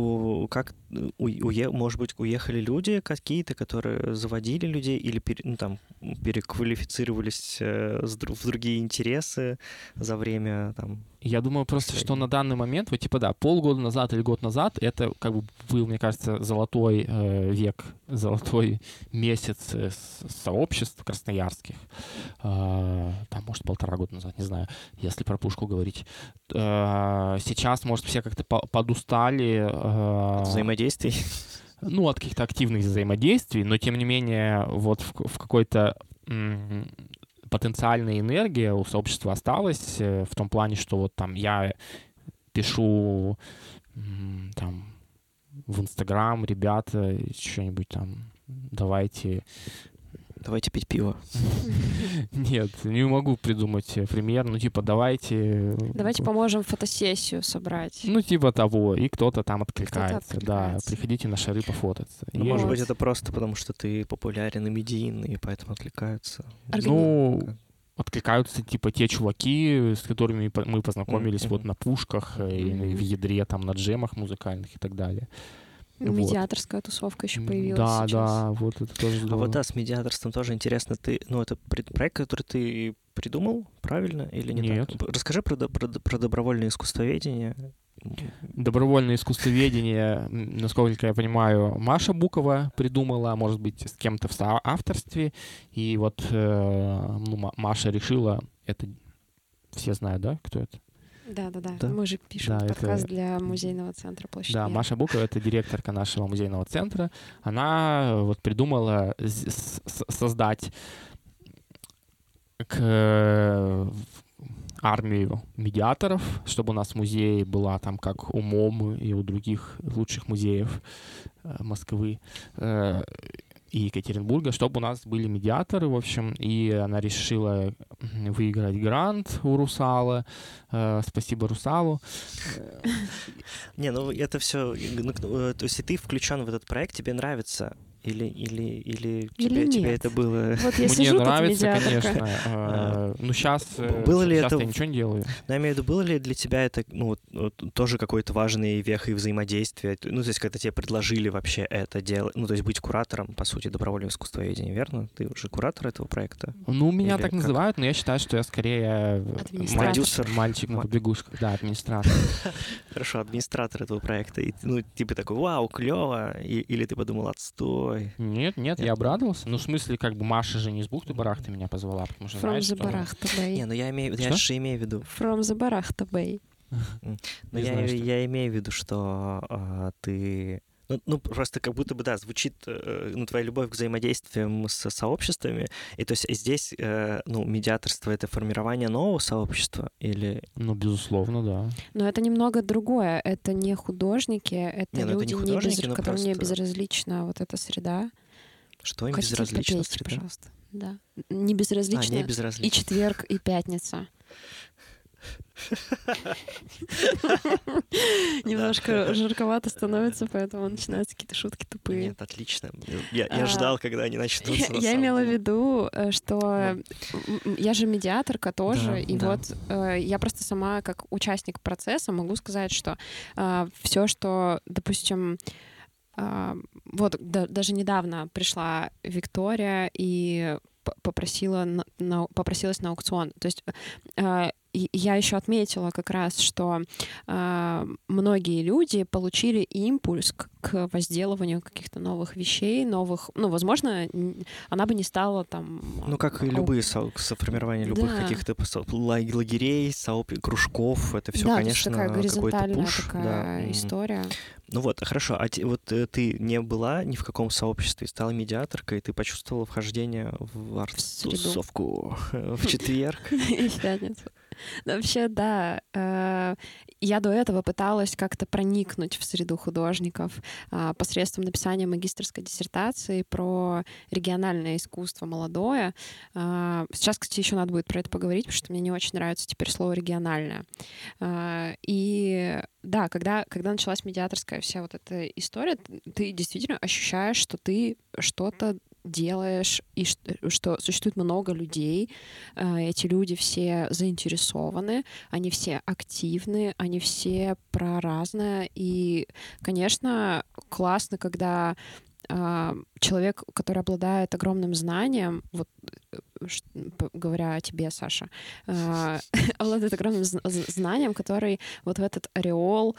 может быть, уехали люди какие-то, которые заводили людей или переквалифицировались в другие интересы за время там... Я думаю просто, что на данный момент, вот типа да, полгода назад или год назад, это как бы был, мне кажется, золотой век, золотой месяц сообществ красноярских. Там, может, 1,5 года назад, не знаю, если про Пушку говорить. Сейчас, может, все как-то подустали. От взаимодействий? Ну, от каких-то активных взаимодействий, но тем не менее вот в какой-то... потенциальная энергия у сообщества осталась в том плане, что вот там я пишу там в Инстаграм, ребята, что-нибудь там, давайте пить пиво. Нет, не могу придумать пример. Ну, типа, давайте поможем фотосессию собрать. Ну, типа того. И кто-то там откликается. Да, приходите на шары пофотаться. Ну, может быть, это просто потому, что ты популярен и медийный, и поэтому откликаются. Ну, откликаются, типа, те чуваки, с которыми мы познакомились вот на Пушках, и в ядре, там, на джемах музыкальных и так далее. Медиаторская тусовка еще появилась сейчас. Да, вот это тоже здорово. А вот да, с медиаторством тоже интересно. Это проект, который ты придумал, правильно или не Нет. так? Расскажи про добровольное искусствоведение. Добровольное искусствоведение, насколько я понимаю, Маша Букова придумала, может быть, с кем-то в соавторстве. И вот Маша решила, это все знают, да, кто это? Да. Мы же пишем подкаст для музейного центра «Площадь Мира». Да, Маша Букова — это директорка нашего музейного центра. Она вот придумала создать армию медиаторов, чтобы у нас музей была там как у МОМ и у других лучших музеев Москвы и Екатеринбурга, чтобы у нас были медиаторы, в общем, и она решила выиграть грант у Русала. Спасибо Русалу. Не, ну это все, то есть и ты включен в этот проект, тебе нравится? Или тебе это было... Вот я Мне нравится, конечно. Ну, сейчас я ничего не делаю. Но я имею в виду, было ли для тебя это тоже какой-то важный вехой взаимодействия? Ну, то есть, когда тебе предложили вообще это делать, ну, то есть быть куратором, по сути, добровольного искусствоведения, верно? Ты уже куратор этого проекта? Ну, меня так называют, но я считаю, что я скорее мальчик на побегушках. Да, администратор. Хорошо, администратор этого проекта. Ну, типа такой, вау, клево. Или ты подумал, отстой. Нет, я обрадовался. Ну, в смысле, как бы Маша же не с бухты-барахты меня позвала, потому что From знаешь, the Barachta Bay. Не, ну я же имею в виду... From the Barachta Bay. Но я имею в виду, что ты... Ну, просто как будто бы, да, звучит твоя любовь к взаимодействиям с сообществами. И то есть здесь, медиаторство — это формирование нового сообщества или... Ну, безусловно, да. Но это немного другое. Это не художники, это люди, которым не безразлична вот эта среда. Что им безразлична среда? Пожалуйста. Да. Не безразлично. Не безразлично. И четверг, и пятница. Немножко жарковато становится, поэтому начинаются какие-то шутки тупые. Нет, отлично. Я ждал, когда они начнутся. Я имела в виду, что я же медиаторка тоже, и вот я просто сама как участник процесса могу сказать, что все, что, допустим, вот даже недавно пришла Виктория и попросилась на аукцион. То есть я еще отметила как раз, что многие люди получили импульс к возделыванию каких-то новых вещей, новых... Ну, возможно, она бы не стала там... Ну, как и любые формирование любых каких-то лагерей, кружков. Это все, конечно, такая горизонтальная такая история. Ну вот, хорошо. А вот ты не была ни в каком сообществе, стала медиаторкой, и ты почувствовала вхождение в арт-тусовку в четверг? И в пятницу. Вообще, да. Я до этого пыталась как-то проникнуть в среду художников посредством написания магистерской диссертации про региональное искусство молодое. Сейчас, кстати, еще надо будет про это поговорить, потому что мне не очень нравится теперь слово «региональное». И да, когда началась медиаторская вся вот эта история, ты действительно ощущаешь, что ты что-то делаешь, и что существует много людей, эти люди все заинтересованы, они все активны, они все про разное, и, конечно, классно, когда человек, который обладает огромным знанием, вот говоря о тебе, Саша, обладает огромным знанием, который вот в этот ореол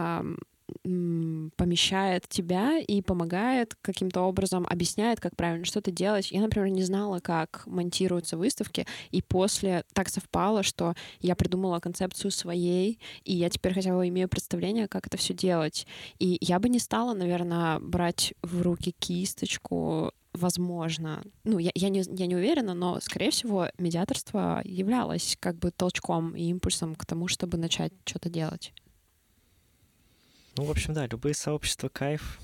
помещает тебя и помогает каким-то образом, объясняет, как правильно что-то делать. Я, например, не знала, как монтируются выставки, и после так совпало, что я придумала концепцию своей, и я теперь хотя бы имею представление, как это все делать. И я бы не стала, наверное, брать в руки кисточку, возможно. Ну, я не уверена, но, скорее всего, медиаторство являлось как бы толчком и импульсом к тому, чтобы начать что-то делать. Ну, в общем, да, любые сообщества — кайф.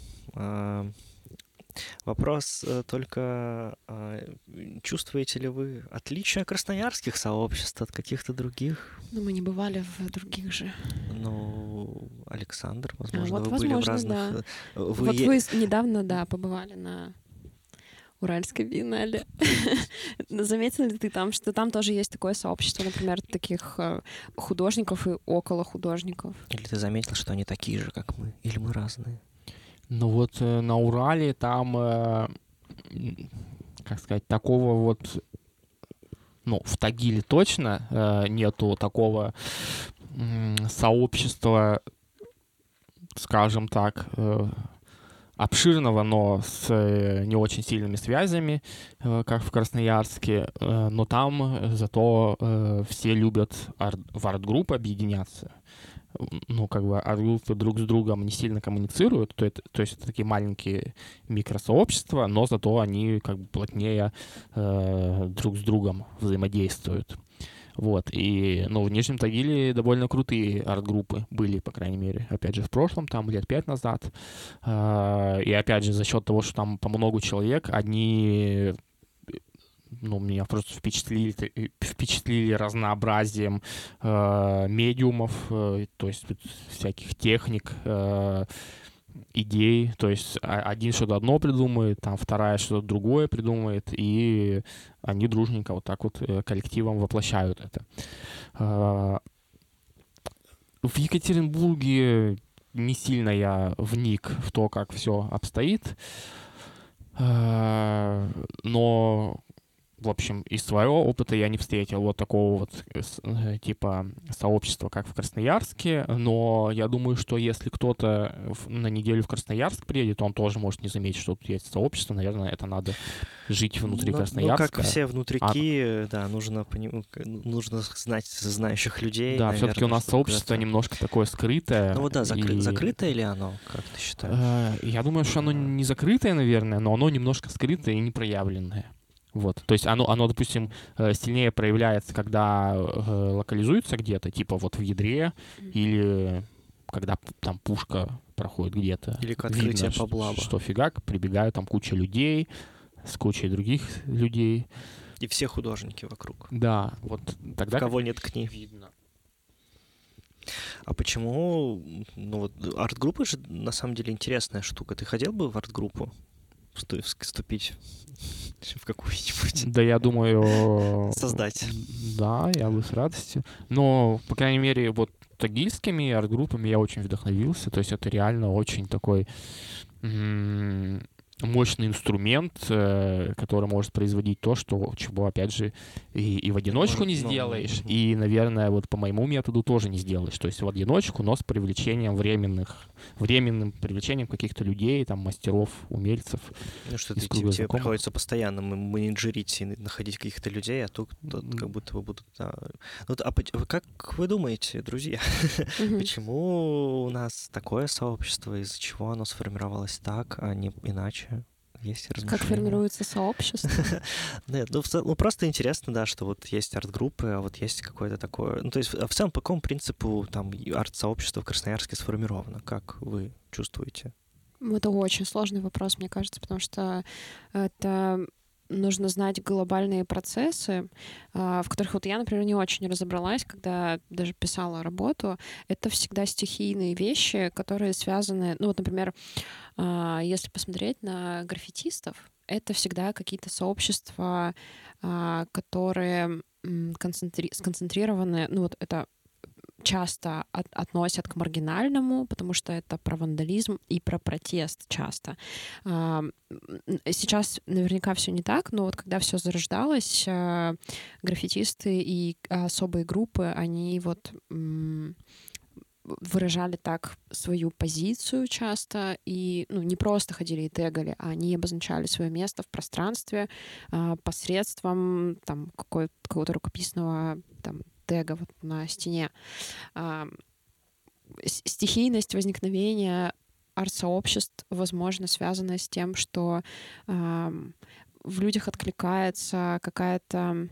Вопрос только, чувствуете ли вы отличие красноярских сообществ от каких-то других? Ну, мы не бывали в других же. Ну, Александр, возможно, вот, вы возможно, были в разных... Да. Вот вы недавно, да, побывали на Уральской биеннале. Заметил ли ты там, что там тоже есть такое сообщество, например, таких художников и около художников? Или ты заметил, что они такие же, как мы? Или мы разные? Ну вот на Урале там, как сказать, такого вот... Ну, в Тагиле точно нету такого сообщества, скажем так, обширного, но с не очень сильными связями, как в Красноярске, но там зато все любят в арт-группы объединяться. Ну, как бы арт-группы друг с другом не сильно коммуницируют, то есть это такие маленькие микросообщества, но зато они как бы плотнее друг с другом взаимодействуют. Вот, и, ну, в Нижнем Тагиле довольно крутые арт-группы были, по крайней мере, опять же, в прошлом, там, лет 5 назад. И, опять же, за счет того, что там по много человек, одни, ну, меня просто впечатлили разнообразием медиумов, то есть всяких техник, идей, то есть один что-то одно придумает, там вторая что-то другое придумает, и они дружненько вот так вот коллективом воплощают это. В Екатеринбурге не сильно я вник в то, как все обстоит, но, в общем, из своего опыта я не встретил вот такого вот типа сообщества, как в Красноярске, но я думаю, что если кто-то на неделю в Красноярск приедет, он тоже может не заметить, что тут есть сообщество. Наверное, это надо жить внутри Красноярска. Ну, как все внутрики, да, нужно знать знающих людей. Да, наверное, все-таки у нас сообщество немножко такое скрытое. Ну вот да, закрытое ли оно, как ты считаешь? Я думаю, что оно не закрытое, наверное, но оно немножко скрытое и непроявленное. Вот, то есть оно, допустим, сильнее проявляется, когда локализуется где-то, типа вот в ядре, или когда там пушка проходит где-то. Или к открытию видно, Паблаба. Что фигак, прибегают там куча людей с кучей других людей. И все художники вокруг. Да, вот тогда... Кого не ткни. Видно. А почему... Ну вот арт-группы же на самом деле интересная штука. Ты хотел бы в арт-группу вступить в какую-нибудь? Да, я думаю... Создать. Да, я бы с радостью. Но, по крайней мере, вот тагильскими арт-группами я очень вдохновился. То есть это реально очень такой мощный инструмент, который может производить то, чего, опять же, и в одиночку не сделаешь, и, наверное, вот по моему методу тоже не сделаешь. То есть в одиночку, но с привлечением временным привлечением каких-то людей, там, мастеров, умельцев. Ну что, тебе приходится постоянно менеджерить и находить каких-то людей, а тут как будто бы будут... Да. Вот, как вы думаете, друзья, почему у нас такое сообщество, из-за чего оно сформировалось так, а не иначе? Есть размышления. Как формируется сообщество? Нет, ну просто интересно, да, что вот есть арт-группы, а вот есть какое-то такое... Ну то есть в целом по какому принципу там арт-сообщество в Красноярске сформировано? Как вы чувствуете? Это очень сложный вопрос, мне кажется, потому что это... нужно знать глобальные процессы, в которых вот я, например, не очень разобралась, когда даже писала работу. Это всегда стихийные вещи, которые связаны... Ну вот, например, если посмотреть на граффитистов, это всегда какие-то сообщества, которые сконцентрированы, ну вот это часто относят к маргинальному, потому что это про вандализм и про протест часто. Сейчас наверняка все не так, но вот когда все зарождалось, граффитисты и особые группы, они вот выражали так свою позицию часто и не просто ходили и тегали, а они обозначали свое место в пространстве посредством там какого-то рукописного там тега вот на стене. Стихийность возникновения арт-сообществ, возможно, связана с тем, что в людях откликается какая-то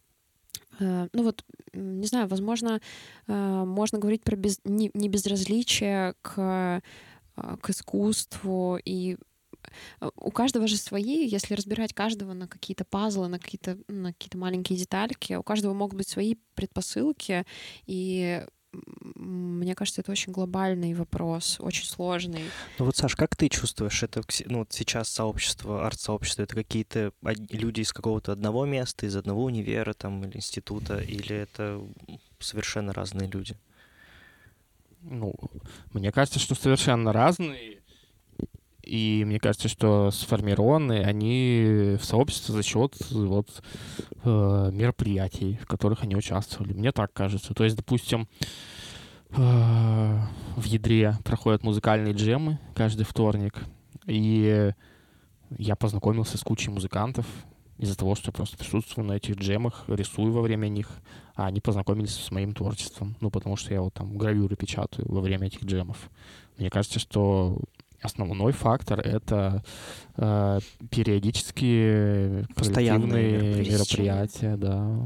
не знаю, возможно, можно говорить про не безразличие к искусству, и у каждого же свои, если разбирать каждого на какие-то пазлы, на какие-то маленькие детальки, у каждого могут быть свои предпосылки, и мне кажется, это очень глобальный вопрос, очень сложный. Ну вот, Саш, как ты чувствуешь, это вот сейчас сообщество, арт-сообщество, это какие-то люди из какого-то одного места, из одного универа там, или института, или это совершенно разные люди? Ну, мне кажется, что совершенно разные. И мне кажется, что сформированы они в сообществе за счет мероприятий, в которых они участвовали. Мне так кажется. То есть, допустим, в ядре проходят музыкальные джемы каждый вторник. И я познакомился с кучей музыкантов из-за того, что я просто присутствую на этих джемах, рисую во время них, а они познакомились с моим творчеством. Ну, потому что я вот там гравюры печатаю во время этих джемов. Мне кажется, что основной фактор — это периодические коллективные мероприятия, да.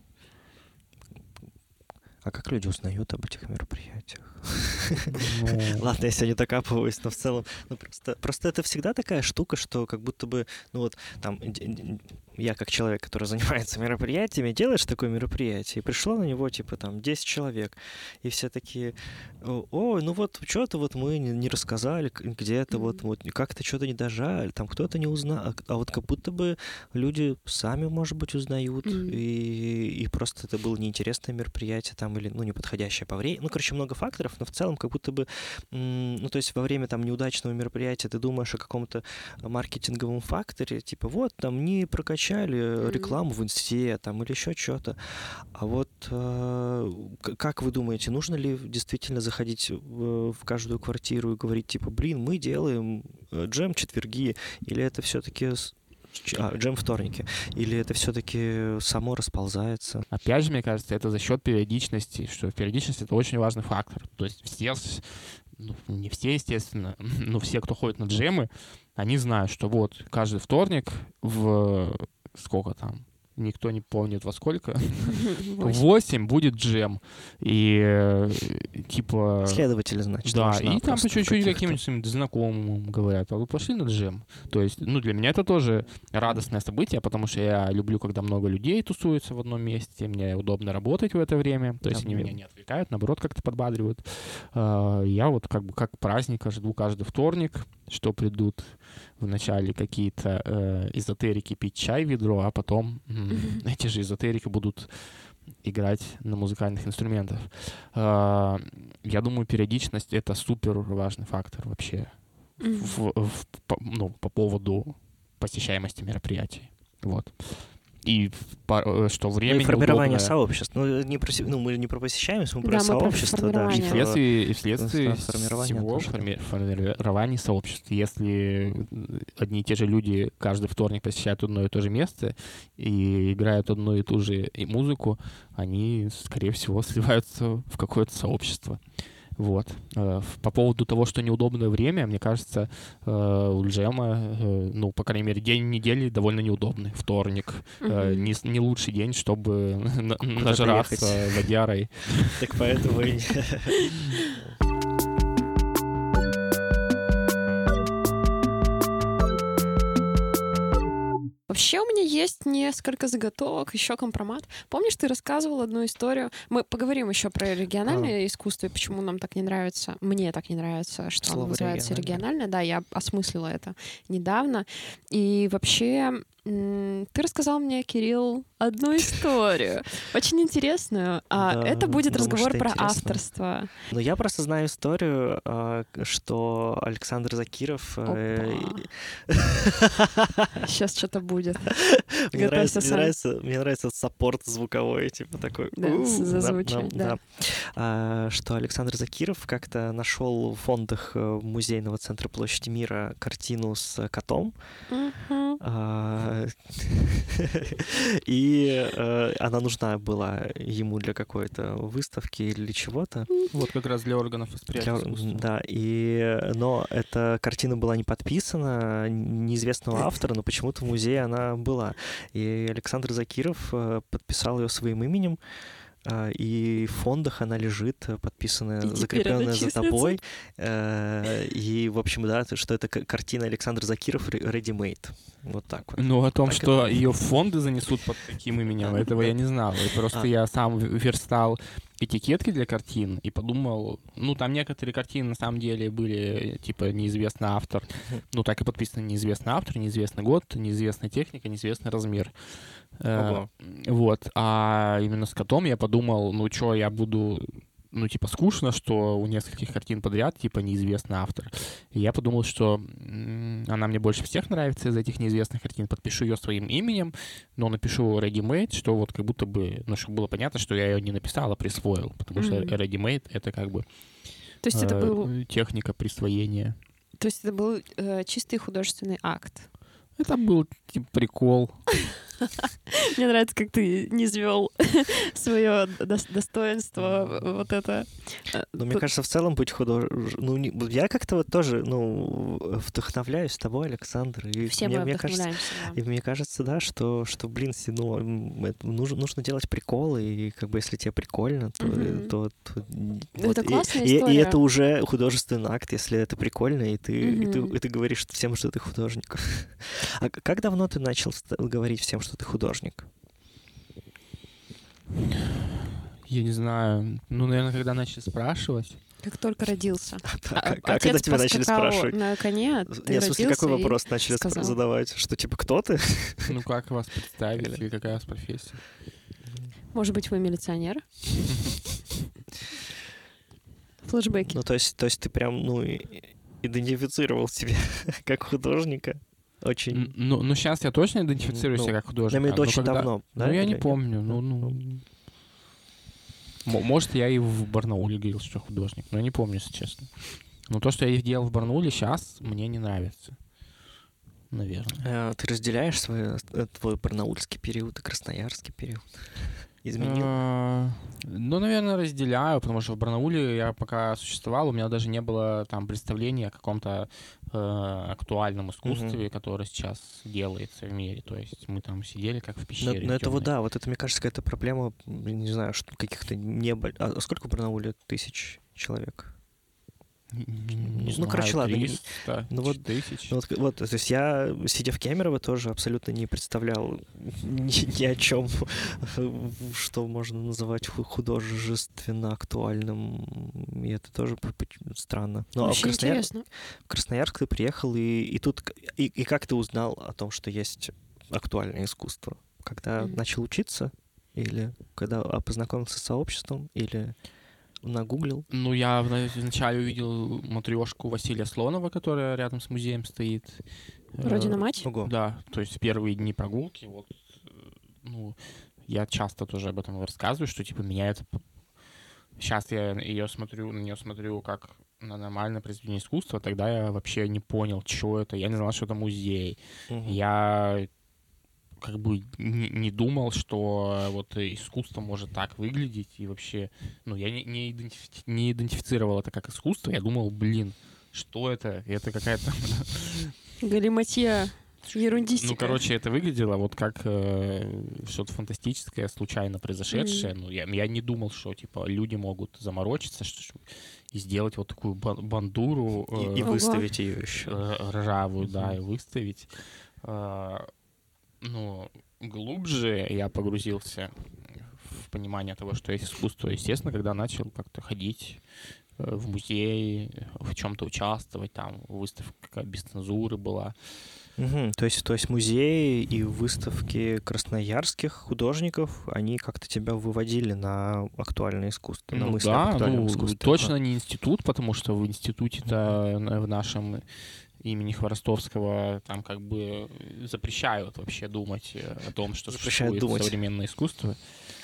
А как люди узнают об этих мероприятиях? Ладно, я сегодня докапываюсь, но в целом... Просто это всегда такая штука, что как будто бы... Ну вот там... Я как человек, который занимается мероприятиями, делаешь такое мероприятие, и пришло на него, типа, там, 10 человек, и все такие: ой, ну вот что-то вот мы не рассказали, где-то вот как-то что-то не дожали, там кто-то не узнал, а вот как будто бы люди сами, может быть, узнают, и просто это было неинтересное мероприятие, там, или, неподходящее по времени. Ну, короче, много факторов, но в целом как будто бы, то есть во время там неудачного мероприятия ты думаешь о каком-то маркетинговом факторе, типа, вот, там, не прокачали рекламу в инсте там, или еще что-то. А вот как вы думаете, нужно ли действительно заходить в каждую квартиру и говорить, типа, блин, мы делаем джем четверги, или это все-таки джем вторники, или это все-таки само расползается? Опять же, мне кажется, это за счет периодичности, что периодичность — это очень важный фактор. То есть все, не все, естественно, но все, кто ходит на джемы, они знают, что вот каждый вторник в сколько там, никто не помнит во сколько, 8 будет джем. И типа... Следователи, значит. Да, и там по чуть-чуть каким-нибудь знакомым говорят: а вы пошли на джем? То есть, для меня это тоже радостное событие, потому что я люблю, когда много людей тусуются в одном месте, мне удобно работать в это время, то есть они меня не отвлекают, наоборот, как-то подбадривают. Я вот как праздника жду каждый вторник, что придут вначале какие-то эзотерики пить чай в ведро, а потом эти же эзотерики будут играть на музыкальных инструментах. Я думаю, периодичность — это супер важный фактор вообще по поводу посещаемости мероприятий. Вот. И что время формирование сообществ. Мы не про посещаемость, мы про сообщество. Да, и вследствие всего формирования сообществ. Если одни и те же люди каждый вторник посещают одно и то же место и играют одну и ту же музыку, они, скорее всего, сливаются в какое-то сообщество. Вот. По поводу того, что неудобное время, мне кажется, у джема, по крайней мере, день недели довольно неудобный. Вторник. Не лучший день, чтобы нажраться водярой. Так поэтому и... Вообще у меня есть несколько заготовок, еще компромат. Помнишь, ты рассказывал одну историю? Мы поговорим еще про региональное искусство и почему нам так не нравится. Мне так не нравится, что оно называется региональное. Да, я осмыслила это недавно. И вообще ты рассказал мне, Кирилл, одну историю, очень интересную. Это будет разговор про авторство. Ну, я просто знаю историю, что Александр Закиров... Сейчас что-то будет. Мне нравится саппорт звуковой, типа такой... Зазвучать, да. Что Александр Закиров как-то нашел в фондах Музейного центра Площади Мира картину с котом. И она нужна была ему для какой-то выставки или чего-то. Вот как раз для органов восприятия искусства. Да, но эта картина была не подписана, неизвестного автора, но почему-то в музее она была. И Александр Закиров подписал ее своим именем, и в фондах она лежит, подписанная, закрепленная за тобой. И, в общем, да, что это картина Александра Закиров «Ready Made». Вот так вот. Ну, о том, так что ее в фонды занесут под таким именем, этого я не знал. И просто я сам верстал этикетки для картин и подумал, ну, там некоторые картины на самом деле были, типа, неизвестный автор. Ну, так и подписано неизвестный автор, неизвестный год, неизвестная техника, неизвестный размер. Вот. А именно с котом я подумал, ну, что я буду... Ну, типа, скучно, что у нескольких картин подряд, типа, неизвестный автор. И я подумал, что она мне больше всех нравится из этих неизвестных картин. Подпишу ее своим именем, но напишу Ready Made, что вот как будто бы, ну, чтобы было понятно, что я ее не написал, а присвоил. Потому что Ready Made — это как бы то есть это был... техника присвоения. То есть это был чистый художественный акт? Это был, типа, прикол. Мне нравится, как ты не звел свое достоинство, вот это. Ну, мне кажется, в целом быть художником... Ну, я как-то вот тоже, ну, вдохновляюсь тобой, Александр. И все мы вдохновляемся. И мне кажется, да, что блин, ну, нужно делать приколы, и как бы если тебе прикольно, то это классная история. И это уже художественный акт, если это прикольно, и ты говоришь всем, что ты художник. А как давно ты начал говорить всем, что ты художник? Я не знаю. Ну, наверное, когда начали спрашивать. Как только родился. Как когда тебя начали спрашивать? На коне, ты Нет, в смысле, какой вопрос начали сказал. задавать? Что, типа, кто ты? Ну, как вас представить или какая у вас профессия? Может быть, вы милиционер? Флэшбэки. Ну, то есть ты прям, ну, идентифицировал себя как художника. Очень... Ну, сейчас я точно идентифицирую себя как художник. Я имею в виду очень давно, да? Ну, я не помню. Может, я и в Барнауле говорил, что художник, но я не помню, если честно. Но то, что я делал в Барнауле, сейчас мне не нравится. Наверное. Ты разделяешь твой барнаульский период и красноярский период? Изменил? Ну, наверное, разделяю, потому что в Барнауле я пока существовал, у меня даже не было там представления о каком-то актуальном искусстве, которое сейчас делается в мире. То есть мы там сидели как в пещере. Но это вот, да, вот это, мне кажется, какая-то проблема, не знаю, что каких-то А сколько в Барнауле тысяч человек? Не знаю, короче, ладно. 300, ну, вот, 1000. Вот, то есть я, сидя в Кемерово, тоже абсолютно не представлял ни о чем, что можно называть художественно актуальным. И это тоже странно. Ну, очень интересно. В Красноярск ты приехал, и тут... И как ты узнал о том, что есть актуальное искусство? Когда начал учиться? Или когда познакомился с сообществом? Или... нагуглил? Ну, я вначале увидел матрешку Василия Слонова, которая рядом с музеем стоит. Родина-мать? Да, то есть первые дни прогулки, вот, ну, я часто тоже об этом рассказываю, что, типа, меня это... Сейчас я на нее смотрю как на нормальное произведение искусства, тогда я вообще не понял, что это, я не знал, что это музей. Я как бы не думал, что вот искусство может так выглядеть, и вообще, ну, я не идентифицировал это как искусство, я думал, блин, что это? Это какая-то... Галиматья, ерундистика. Ну, короче, это выглядело вот как что-то фантастическое, случайно произошедшее. Ну, я не думал, что, типа, люди могут заморочиться и сделать вот такую бандуру. И выставить ее еще. Ржавую, да, и выставить. глубже я погрузился в понимание того, что есть искусство, естественно, когда начал как-то ходить в музей, в чем-то участвовать, там выставка без цензуры была. Угу. То есть музеи и выставки красноярских художников, они как-то тебя выводили на актуальное искусство, на мысли об актуальном искусстве. Точно не институт, потому что в институте-то в нашем имени Хворостовского там как бы запрещают вообще думать о том, что существует современное искусство.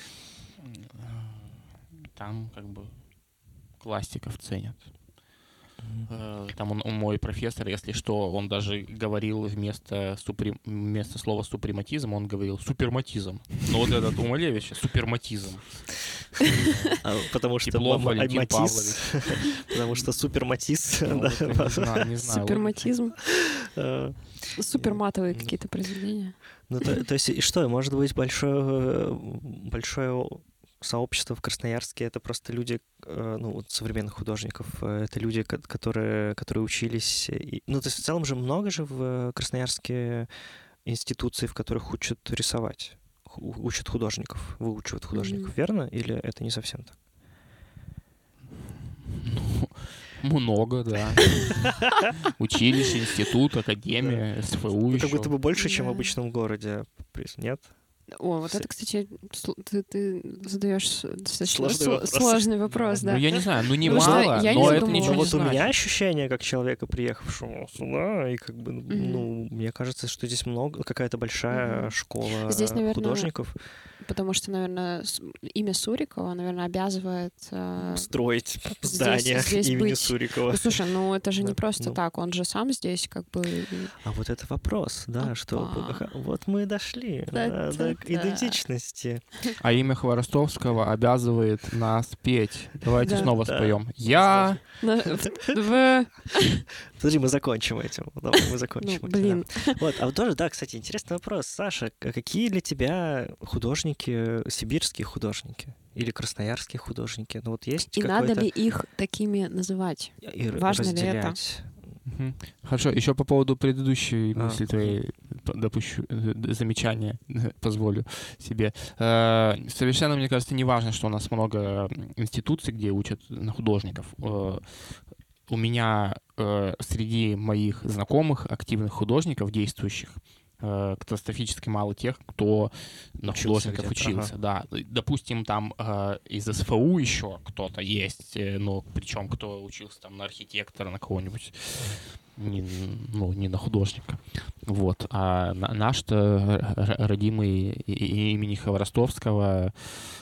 Там как бы классиков ценят. Там мой профессор, если что, он даже говорил вместо слова супрематизм, он говорил суперматизм. Но вот этот у Малевича суперматизм. Потому что Валентин Павлович. Потому что суперматиз. Не знаю. Суперматизм. Суперматовые какие-то произведения. Ну, то есть, и что, может быть, большое сообщество в Красноярске — это просто люди, современных художников, это люди, которые учились. То есть в целом же много же в Красноярске институций, в которых учат рисовать, учат художников, выучивают художников, верно? Или это не совсем так? Много, да. Училище, институт, академия, СФУ еще. Как будто бы больше, чем в обычном городе. Нет? Вот это, кстати, ты задаешь достаточно сложный вопрос, да. Я не знаю, немало, но это ничего не значит. Вот у меня ощущение, как человека, приехавшего сюда, и как бы, мне кажется, что здесь какая-то большая школа здесь, наверное, художников. Потому что, наверное, имя Сурикова, наверное, обязывает... строить здание имени Сурикова. Слушай, это же не просто так, он же сам здесь как бы... А вот это вопрос, да, что вот мы дошли до идентичности. А имя Хворостовского обязывает нас петь. Давайте снова споем. Я... Подожди, мы закончим этим. Давай, мы закончим. Блин. Вот, а вот тоже, да, кстати, интересный вопрос. Саша, какие для тебя художники, сибирские художники или красноярские художники? Вот есть и надо ли их такими называть? И важно разделять? Ли это? Хорошо, еще по поводу предыдущей мысли твоей допущу замечание, позволю себе. Совершенно, мне кажется, не важно, что у нас много институций, где учат художников. У меня среди моих знакомых, активных художников, действующих, катастрофически мало тех, кто на художниках учился. Да. Допустим, там из СФУ еще кто-то есть, причем кто учился там на архитектора, на кого-нибудь, не на художника. Вот. А наш-то родимый имени Хворостовского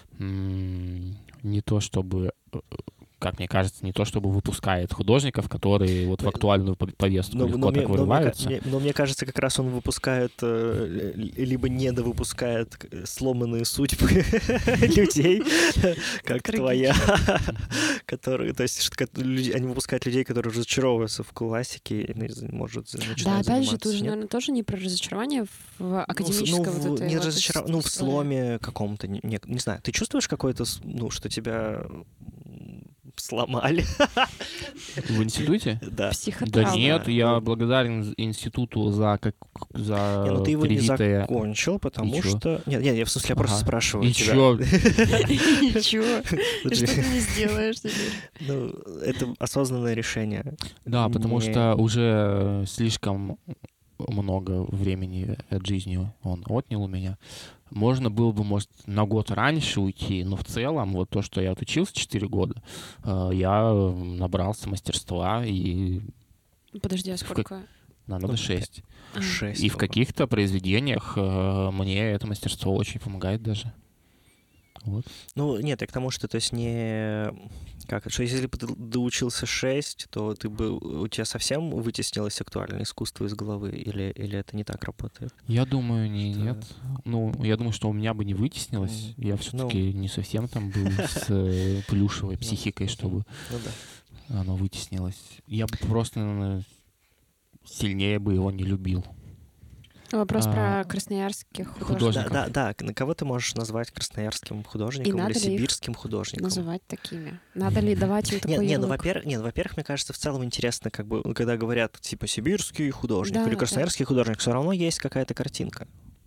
не то чтобы... как мне кажется, не то чтобы выпускает художников, которые вот в актуальную повестку легко так вырываются. Но мне кажется, как раз он выпускает, либо недовыпускает сломанные судьбы людей, как твоя, которые, то есть они выпускают людей, которые разочаровываются в классике и, может, начинают заниматься. Да, опять же, тут же, наверное, тоже не про разочарование в академической вот этой... Не разочарование, в сломе каком-то, не знаю. Ты чувствуешь какое-то, что тебя... сломали. В институте? Да. Да нет, я благодарен институту за ты его не закончил, потому что... Нет, я в смысле, я просто спрашиваю тебя. Ничего. Что ты не сделаешь теперь? Это осознанное решение. Да, потому что уже слишком много времени от жизни он отнял у меня. Можно было бы, может, на год раньше уйти, но в целом вот то, что я отучился 4 года, я набрался мастерства и... Подожди, а сколько? Надо 6. 6. И в каких-то произведениях мне это мастерство очень помогает даже. Вот. Нет, я к тому, что то есть не... что если бы ты доучился 6, то у тебя совсем вытеснилось актуальное искусство из головы? Или это не так работает? Я думаю, нет. Я думаю, что у меня бы не вытеснилось. Я все-таки не совсем там был с плюшевой психикой, чтобы оно вытеснилось. Я бы просто, наверное, сильнее бы его не любил. Вопрос про красноярских художников. Да. На кого ты можешь назвать красноярским художником или сибирским художником? Называть такими. Надо ли давать им такой ярлык? Во-первых, мне кажется, в целом интересно, как бы, когда говорят, типа, сибирский художник или красноярский художник, все равно есть какая-то картинка.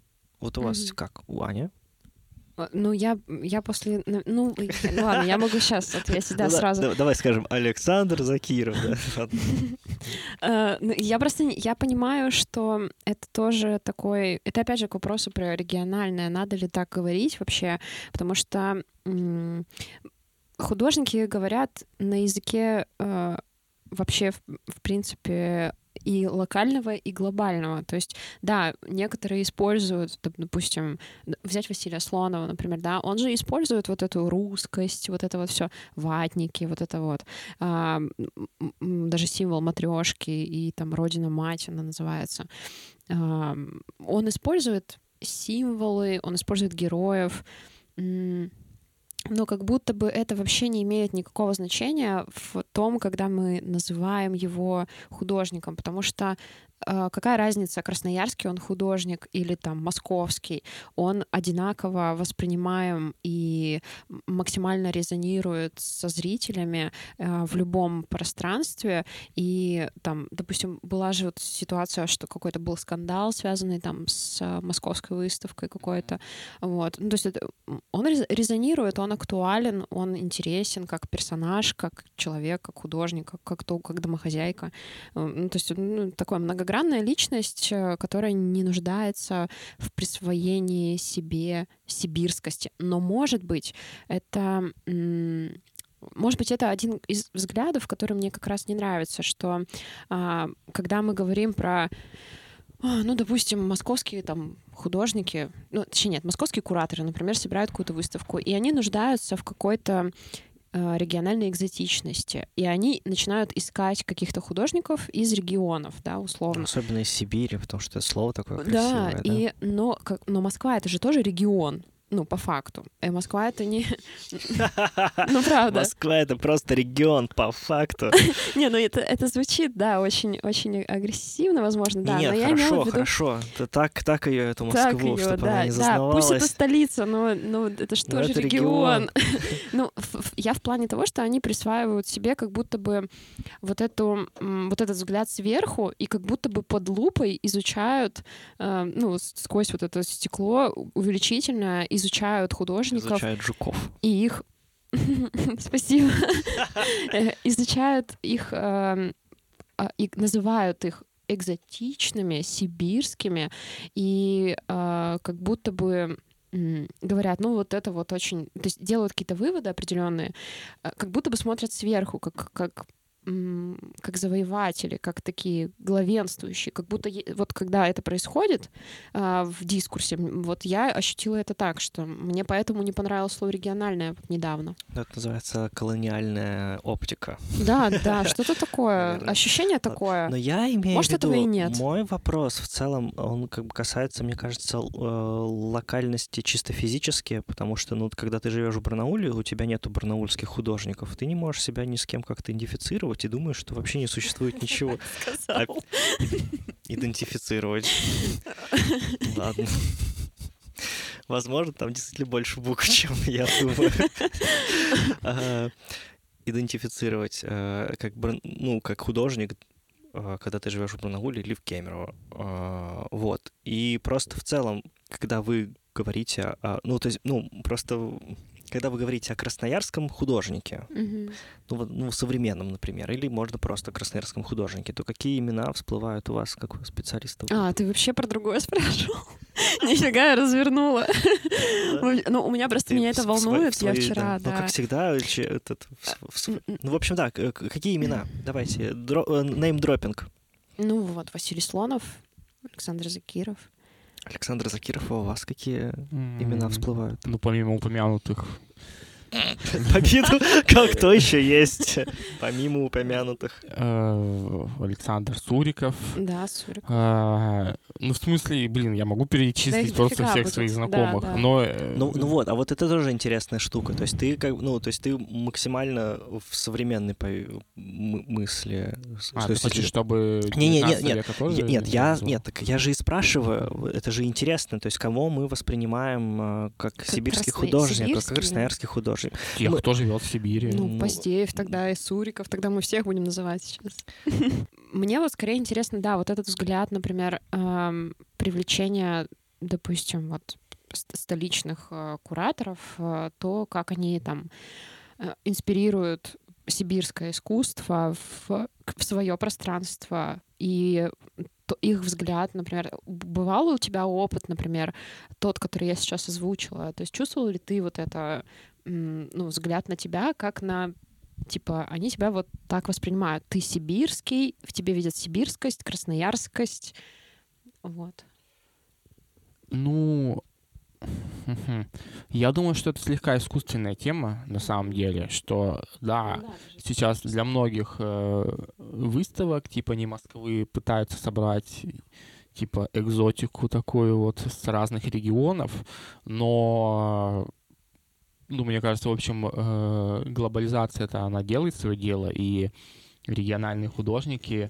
Вот у вас как? У Ани? Ну, я после... Ну, ладно, я могу сейчас ответить, да, сразу. Давай скажем, Александр Закиров. Я просто... Я понимаю, что это тоже такой... Это, опять же, к вопросу про оригинальное. Надо ли так говорить вообще? Потому что художники говорят на языке вообще, в принципе, и локального, и глобального. То есть, да, некоторые используют, допустим, взять Василия Слонова, например, да, он же использует вот эту русскость, вот это вот все, ватники, вот это вот, даже символ матрешки и там Родина-мать она называется. Он использует символы, он использует героев, но как будто бы это вообще не имеет никакого значения в том, когда мы называем его художником, потому что какая разница, красноярский он художник или там московский, он одинаково воспринимаем и максимально резонирует со зрителями в любом пространстве. И там, допустим, была же вот ситуация, что какой-то был скандал, связанный там с московской выставкой какой-то. Вот. Ну, то есть он резонирует, он актуален, он интересен как персонаж, как человек, как художник, как домохозяйка. Ну, то есть такой многогранная личность, которая не нуждается в присвоении себе сибирскости. Но, может быть, это один из взглядов, который мне как раз не нравится, что когда мы говорим про, ну, допустим, московские там художники, ну, точнее, нет, московские кураторы, например, собирают какую-то выставку, и они нуждаются в какой-то региональной экзотичности. И они начинают искать каких-то художников из регионов, да, условно. Особенно из Сибири, потому что это слово такое красивое. Да, но Москва — это же тоже регион. Ну, по факту. Москва — это не... Ну, правда. Москва — это просто регион, по факту. Не, ну это звучит, да, очень агрессивно, возможно, да. Нет, хорошо. Так ее, эту Москву, чтобы она не зазнавалась. Да, пусть это столица, но это же тоже регион. Ну, я в плане того, что они присваивают себе как будто бы вот этот взгляд сверху и как будто бы под лупой изучают, ну, сквозь вот это стекло увеличительное, изучают художников. Изучают жуков. И их... Спасибо. Изучают их и называют их экзотичными, сибирскими, и как будто бы говорят, ну вот это вот очень... То есть делают какие-то выводы определенные, как будто бы смотрят сверху, как завоеватели, как такие главенствующие, как будто вот когда это происходит в дискурсе, вот я ощутила это так, что мне поэтому не понравилось слово «региональное» вот недавно. Это называется колониальная оптика. Да, что-то такое, ощущение такое. Но я имею в виду, может, этого и нет. Мой вопрос в целом, он как бы касается, мне кажется, локальности чисто физически, потому что, ну, когда ты живешь в Барнауле, у тебя нету барнаульских художников, ты не можешь себя ни с кем как-то идентифицировать и думаешь, что вообще не существует ничего. Идентифицировать. Ладно. Возможно, там действительно больше букв, чем я думаю. Идентифицировать как художник, когда ты живешь в Барнауле или в Кемерово. Вот. И просто в целом, когда вы говорите когда вы говорите о красноярском художнике, современном, например, или можно просто о красноярском художнике, то какие имена всплывают у вас, как у специалиста? Ты вообще про другое спрашивал? Нифига, я развернула. Ну, у меня просто меня это волнует. Я вчера, да. Ну, как всегда. Ну, в общем, да, какие имена? Давайте, неймдропинг. Ну, вот, Василий Слонов, Александр Закиров. Александр Закиров, а у вас какие имена всплывают? Ну, помимо упомянутых. Кто еще есть, помимо упомянутых? Александр Суриков. Да, Суриков. Ну, в смысле, я могу перечислить просто всех своих знакомых. Да. Но... Ну вот, а вот это тоже интересная штука. То есть ты ты максимально в современной мысли. Ты хочешь, чтобы Нет, я же и спрашиваю, это же интересно, то есть кого мы воспринимаем как сибирский художник, как красноярский художник. Тех, кто живет в Сибири. Ну, Постеев тогда и Суриков, тогда мы всех будем называть сейчас. Мне вот скорее интересно, да, вот этот взгляд, например, привлечения допустим, вот столичных кураторов, то, как они там инспирируют сибирское искусство в свое пространство, и их взгляд, например, бывал у тебя опыт, например, тот, который я сейчас озвучила, то есть чувствовал ли ты вот это, взгляд на тебя, как на, типа, они тебя вот так воспринимают, ты сибирский, в тебе видят сибирскость, красноярскость, вот. Ну, я думаю, что это слегка искусственная тема, на самом деле, что, да, сейчас для многих выставок, типа, не Москвы, пытаются собрать, типа, экзотику такую вот с разных регионов, но, мне кажется, в общем, глобализация-то, она делает свое дело, и региональные художники...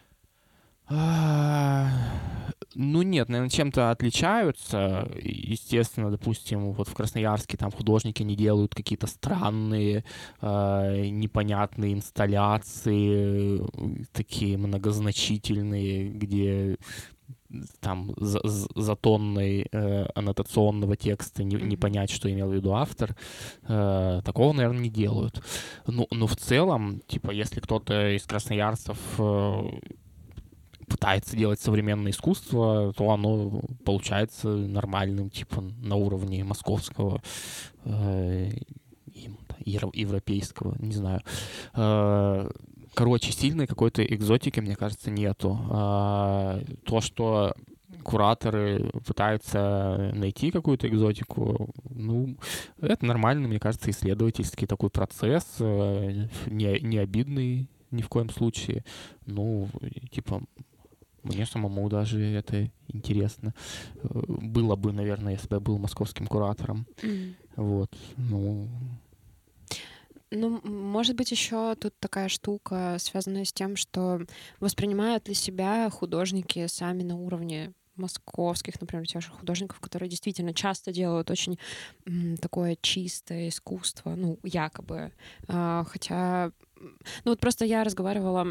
нет, наверное, чем-то отличаются. Естественно, допустим, вот в Красноярске там художники не делают какие-то странные, непонятные инсталляции, такие многозначительные, где там за тонной аннотационного текста не понять, что имел в виду автор. Такого, наверное, не делают. Но в целом, типа, если кто-то из красноярцев пытается делать современное искусство, то оно получается нормальным, типа, на уровне московского, европейского, не знаю. Короче, сильной какой-то экзотики, мне кажется, нету. То, что кураторы пытаются найти какую-то экзотику, это нормальный, мне кажется, исследовательский такой процесс, не обидный ни в коем случае. Типа, мне самому даже это интересно. Было бы, наверное, если бы я был московским куратором. Вот, может быть, еще тут такая штука, связанная с тем, что воспринимают ли себя художники сами на уровне московских, например, тех же художников, которые действительно часто делают очень такое чистое искусство, якобы. Хотя... вот просто я разговаривала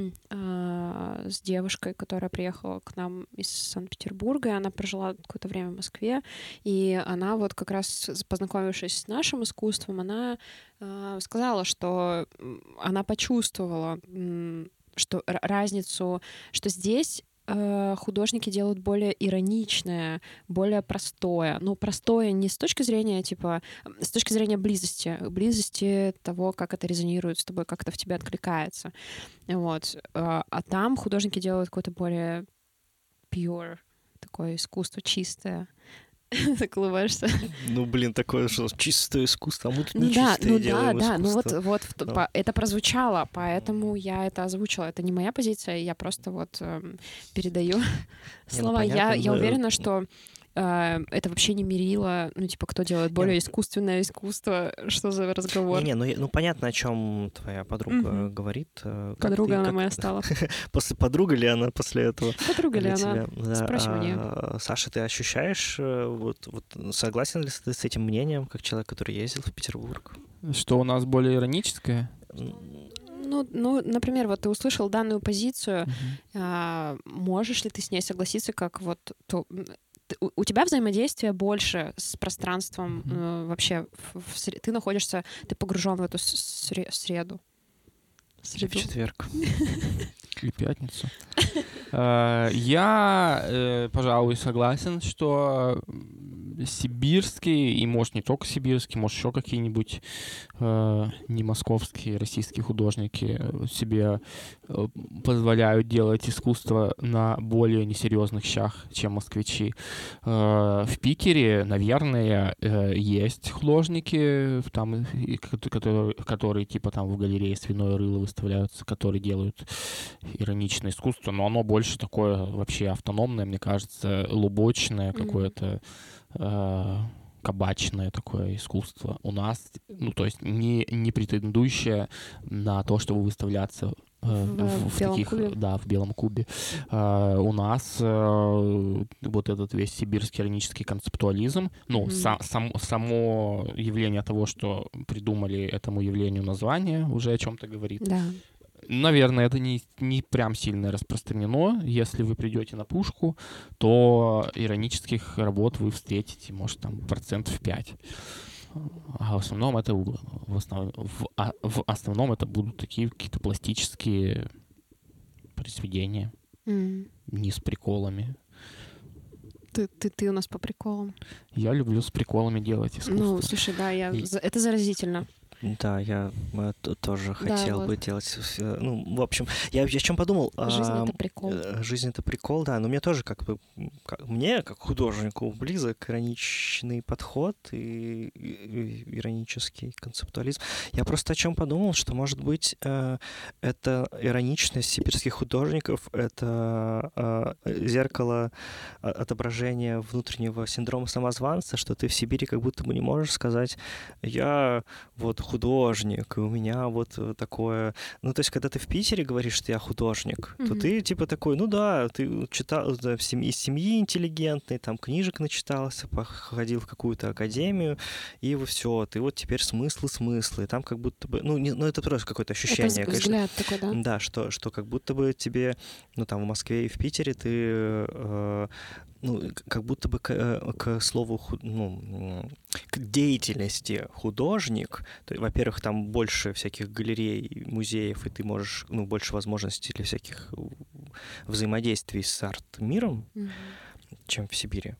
с девушкой, которая приехала к нам из Санкт-Петербурга, и она прожила какое-то время в Москве, и она вот как раз, познакомившись с нашим искусством, она сказала, что она почувствовала, что разницу, что здесь художники делают более ироничное, более простое. Простое не с точки зрения, типа, с точки зрения близости того, как это резонирует с тобой, как это в тебе откликается. Вот. А там художники делают какое-то более pure, такое искусство чистое. Так улыбаешься. Такое же чистое искусство, а мы тут не чистое делаем искусство. Вот это прозвучало, поэтому я это озвучила. Это не моя позиция, я просто вот передаю слова. Я уверена, что это вообще не мерило, кто делает более искусственное искусство, что за разговор? Понятно, о чем твоя подруга говорит. Подруга она моя стала. Подруга ли она после этого? Подруга ли она? Спросим у нее. Саша, ты ощущаешь, согласен ли ты с этим мнением, как человек, который ездил в Петербург? Что у нас более ироническое? Например, вот ты услышал данную позицию, можешь ли ты с ней согласиться, как вот у тебя взаимодействие больше с пространством вообще. Ты погружен в эту среду. В четверг. Или пятницу. Я, пожалуй, согласен, что сибирские, и, может, не только сибирские, может, еще какие-нибудь не московские, российские художники себе позволяют делать искусство на более несерьезных щах, чем москвичи. В Питере, наверное, есть художники, там, которые типа там в галерее «Свиное рыло» выставляются, которые делают ироничное искусство, но оно больше такое вообще автономное, мне кажется, лубочное какое-то, кабачное такое искусство у нас, то есть не претендующее на то, чтобы выставляться в таких, кубе. Да, в белом кубе. У нас вот этот весь сибирский иронический концептуализм, само явление того, что придумали этому явлению название, уже о чем-то говорит. Да. Наверное, это не прям сильно распространено. Если вы придете на пушку, то иронических работ вы встретите, может, там 5%. А в основном это в основном это будут такие какие-то пластические произведения. Не с приколами. Ты у нас по приколам. Я люблю с приколами делать искусство. Ну, слушай, да, это заразительно. Да, я тоже хотел бы делать... Ну, в общем, я о чем подумал? Жизнь — это прикол. Жизнь — это прикол, да. Но мне тоже мне, как художнику, близок ироничный подход и иронический концептуализм. Я просто о чем подумал, что, может быть, это ироничность сибирских художников, это зеркало отображения внутреннего синдрома самозванца, что ты в Сибири как будто бы не можешь сказать: я вот художник, и у меня вот такое... Ну, то есть, когда ты в Питере говоришь, что я художник, то ты типа такой, ну да, ты читал из семьи интеллигентной, там книжек начитался, походил в какую-то академию, и все, ты вот теперь смыслы, и там как будто бы... Ну, это просто какое-то ощущение, это взгляд конечно. такой, да? Да, что как будто бы тебе, ну, там, в Москве и в Питере ты... ну, как будто бы к слову, к деятельности художник, то, во-первых, там больше всяких галерей, музеев, и ты можешь, больше возможностей для всяких взаимодействий с арт-миром, чем в Сибири.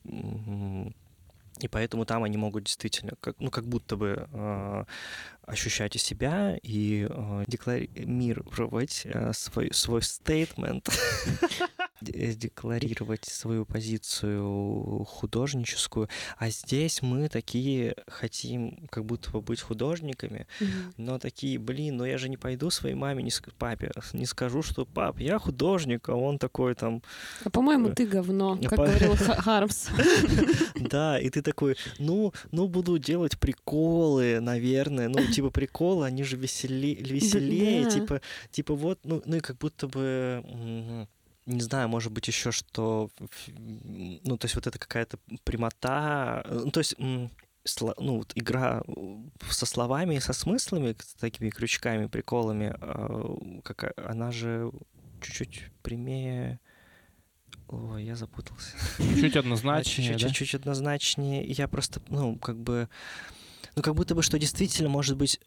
И поэтому там они могут действительно, как будто бы ощущать и себя и декларировать свой стейтмент, декларировать свою позицию художническую. А здесь мы такие хотим как будто бы быть художниками, но такие, я же не пойду своей маме, папе, не скажу, что: пап, я художник, а он такой там... А по-моему, ты говно, как говорил Хармс. Да, и ты такой, буду делать приколы, наверное, типа приколы, они же веселее, типа вот, и как будто бы... Не знаю, может быть, еще что... то есть вот это какая-то прямота... то есть... вот игра со словами и со смыслами, с такими крючками, приколами, она же чуть-чуть прямее... Ой, я запутался. Чуть-чуть однозначнее, да? Чуть-чуть однозначнее. Я просто, как будто бы, что действительно, может быть,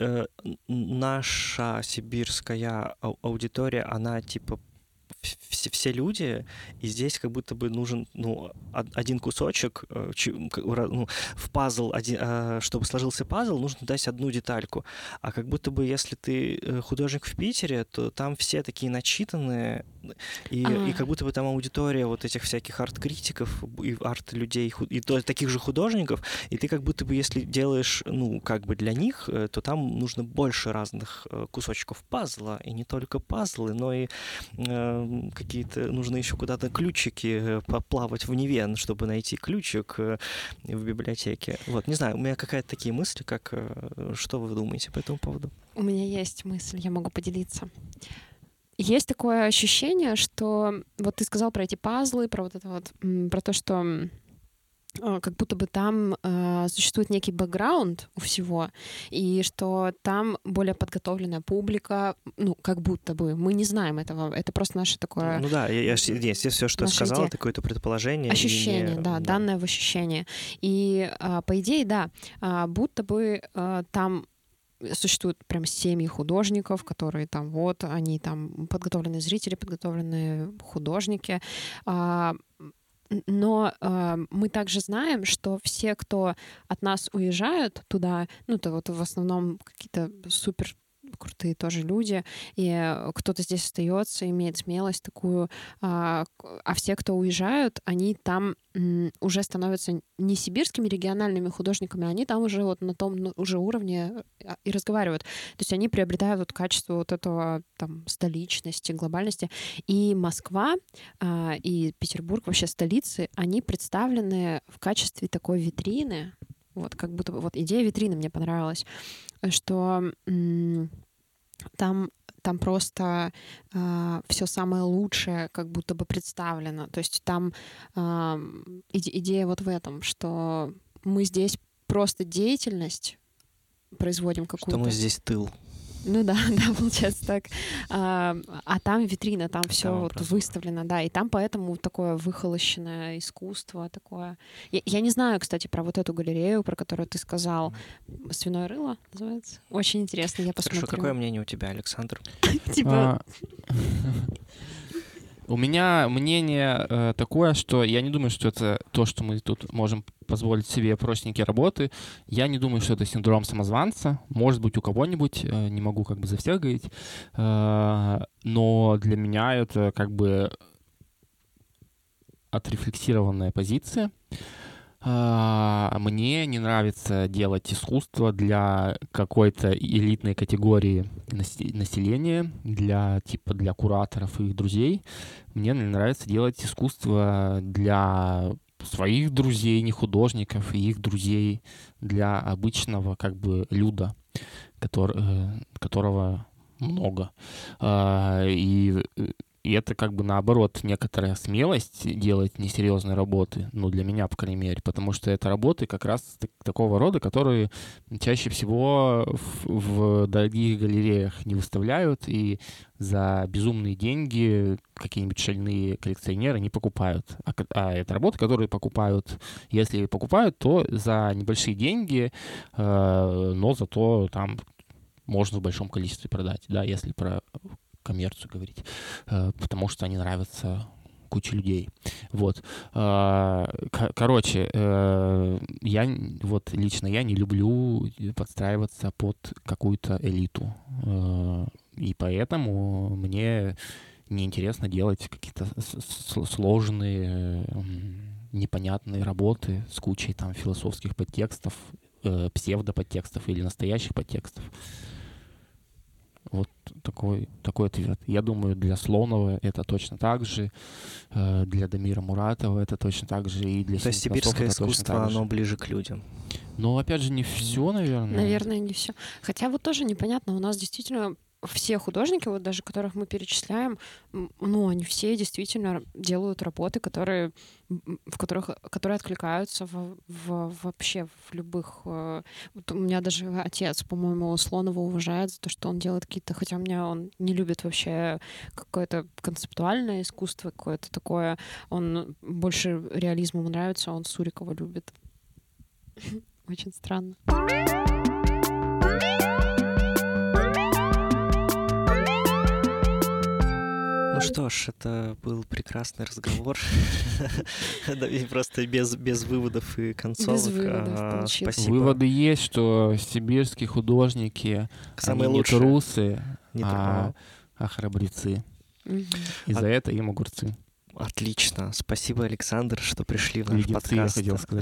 наша сибирская аудитория, она, типа, все люди, и здесь как будто бы нужен, один кусочек в пазл, чтобы сложился пазл, нужно дать одну детальку. А как будто бы, если ты художник в Питере, то там все такие начитанные, и как будто бы там аудитория вот этих всяких арт-критиков и арт-людей, и таких же художников, и ты как будто бы, если делаешь, как бы для них, то там нужно больше разных кусочков пазла, и не только пазлы, но и какие-то, нужно еще куда-то ключики поплавать в Неве, чтобы найти ключик в библиотеке. Вот, не знаю, у меня какая-то такие мысли, что вы думаете по этому поводу? У меня есть мысль, я могу поделиться. Есть такое ощущение, что вот ты сказал про эти пазлы, про вот это вот, про то, что как будто бы там существует некий бэкграунд у всего, и что там более подготовленная публика, как будто бы. Мы не знаем этого, это просто наше такое... Здесь все, что я сказала, это какое-то предположение. Ощущение, данное в ощущении. И по идее, да, будто бы там существуют прям семьи художников, которые там они там подготовленные зрители, подготовленные художники, но мы также знаем, что все, кто от нас уезжают туда, это вот в основном какие-то супер крутые тоже люди, и кто-то здесь остается, имеет смелость такую, а все, кто уезжают, они там уже становятся не сибирскими региональными художниками, они там уже вот на том уже уровне и разговаривают. То есть они приобретают вот качество вот этого там столичности, глобальности. И Москва и Петербург, вообще столицы, они представлены в качестве такой витрины. Вот как будто бы вот идея витрины мне понравилась, что там просто все самое лучшее как будто бы представлено. То есть там идея вот в этом, что мы здесь просто деятельность производим какую-то. Что мы здесь тыл. Ну да, получается так. А там витрина, там все вот выставлено, да, и там поэтому такое выхолощенное искусство такое. Я не знаю, кстати, про вот эту галерею, про которую ты сказал. «Свиное рыло» называется. Очень интересно, я посмотрю. Хорошо, какое мнение у тебя, Александр? У меня мнение такое, что я не думаю, что это то, что мы тут можем позволить себе простенькие работы. Я не думаю, что это синдром самозванца. Может быть, у кого-нибудь, не могу как бы за всех говорить, но для меня это как бы отрефлексированная позиция. Мне не нравится делать искусство для какой-то элитной категории населения, для кураторов и их друзей. Мне нравится делать искусство для своих друзей, не художников, и их друзей, для обычного как бы люда, которого много. И это как бы наоборот некоторая смелость делать несерьезные работы, ну для меня, по крайней мере, потому что это работы как раз такого рода, которые чаще всего в дорогих галереях не выставляют и за безумные деньги какие-нибудь шальные коллекционеры не покупают. А это работы, которые покупают, если покупают, то за небольшие деньги, но зато там можно в большом количестве продать, да, если про коммерцию говорить, потому что они нравятся куче людей. Вот. Короче, лично я не люблю подстраиваться под какую-то элиту. И поэтому мне неинтересно делать какие-то сложные, непонятные работы с кучей там философских подтекстов, псевдоподтекстов или настоящих подтекстов. Вот такой ответ. Я думаю, для Слонова это точно так же, для Дамира Муратова это точно так же, и для То есть сибирское искусство, оно ближе к людям. Но, опять же, не все, наверное. Наверное, не все. Хотя вот тоже непонятно, у нас действительно все художники, вот даже которых мы перечисляем, ну, они все действительно делают работы, которые откликаются вообще в любых... Вот у меня даже отец, по-моему, Слонова уважает за то, что он делает какие-то... Хотя у меня он не любит вообще какое-то концептуальное искусство, какое-то такое... Он больше реализм ему нравится, он Сурикова любит. Очень странно. Ну что ж, это был прекрасный разговор. Просто без выводов и концовок. Без выводов, спасибо. Выводы есть, что сибирские художники, они не трусы, а храбрецы. И за это им огурцы. Отлично. Спасибо, Александр, что пришли в наш подкаст. Я хотел сказать.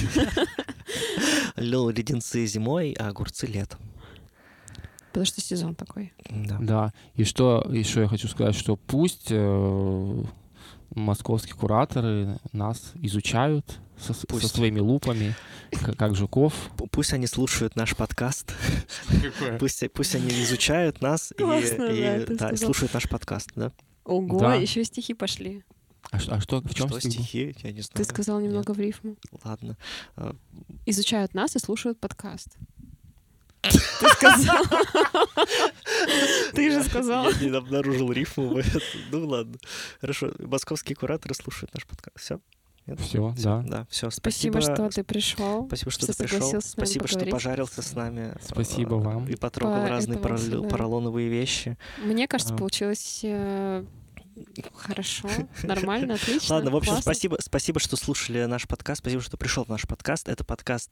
Леденцы зимой, а огурцы летом. Потому что сезон такой. Да. И что еще я хочу сказать, что пусть московские кураторы нас изучают со своими лупами, как жуков. Пусть они слушают наш подкаст. Пусть они изучают нас и слушают наш подкаст, да? Ого, еще стихи пошли. А что? В чем стихи? Я не знаю. Ты сказал немного в рифму. Ладно. Изучают нас и слушают подкаст. Ты сказал. Ты же сказал. Я не обнаружил рифму. Ну ладно. Хорошо. Московские кураторы слушают наш подкаст. Все? Все, да. Да, все. Спасибо, что ты пришел. Спасибо, что ты пришел. Спасибо, что пожарился с нами. Спасибо вам. И потрогал разные поролоновые вещи. Мне кажется, получилось хорошо, нормально, отлично. Ладно, в общем, спасибо, что слушали наш подкаст. Спасибо, что пришел в наш подкаст. Это подкаст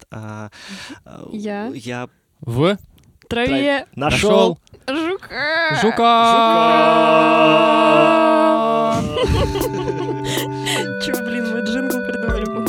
Я в траве нашел жука. Чё, блин, мы джингл придумали.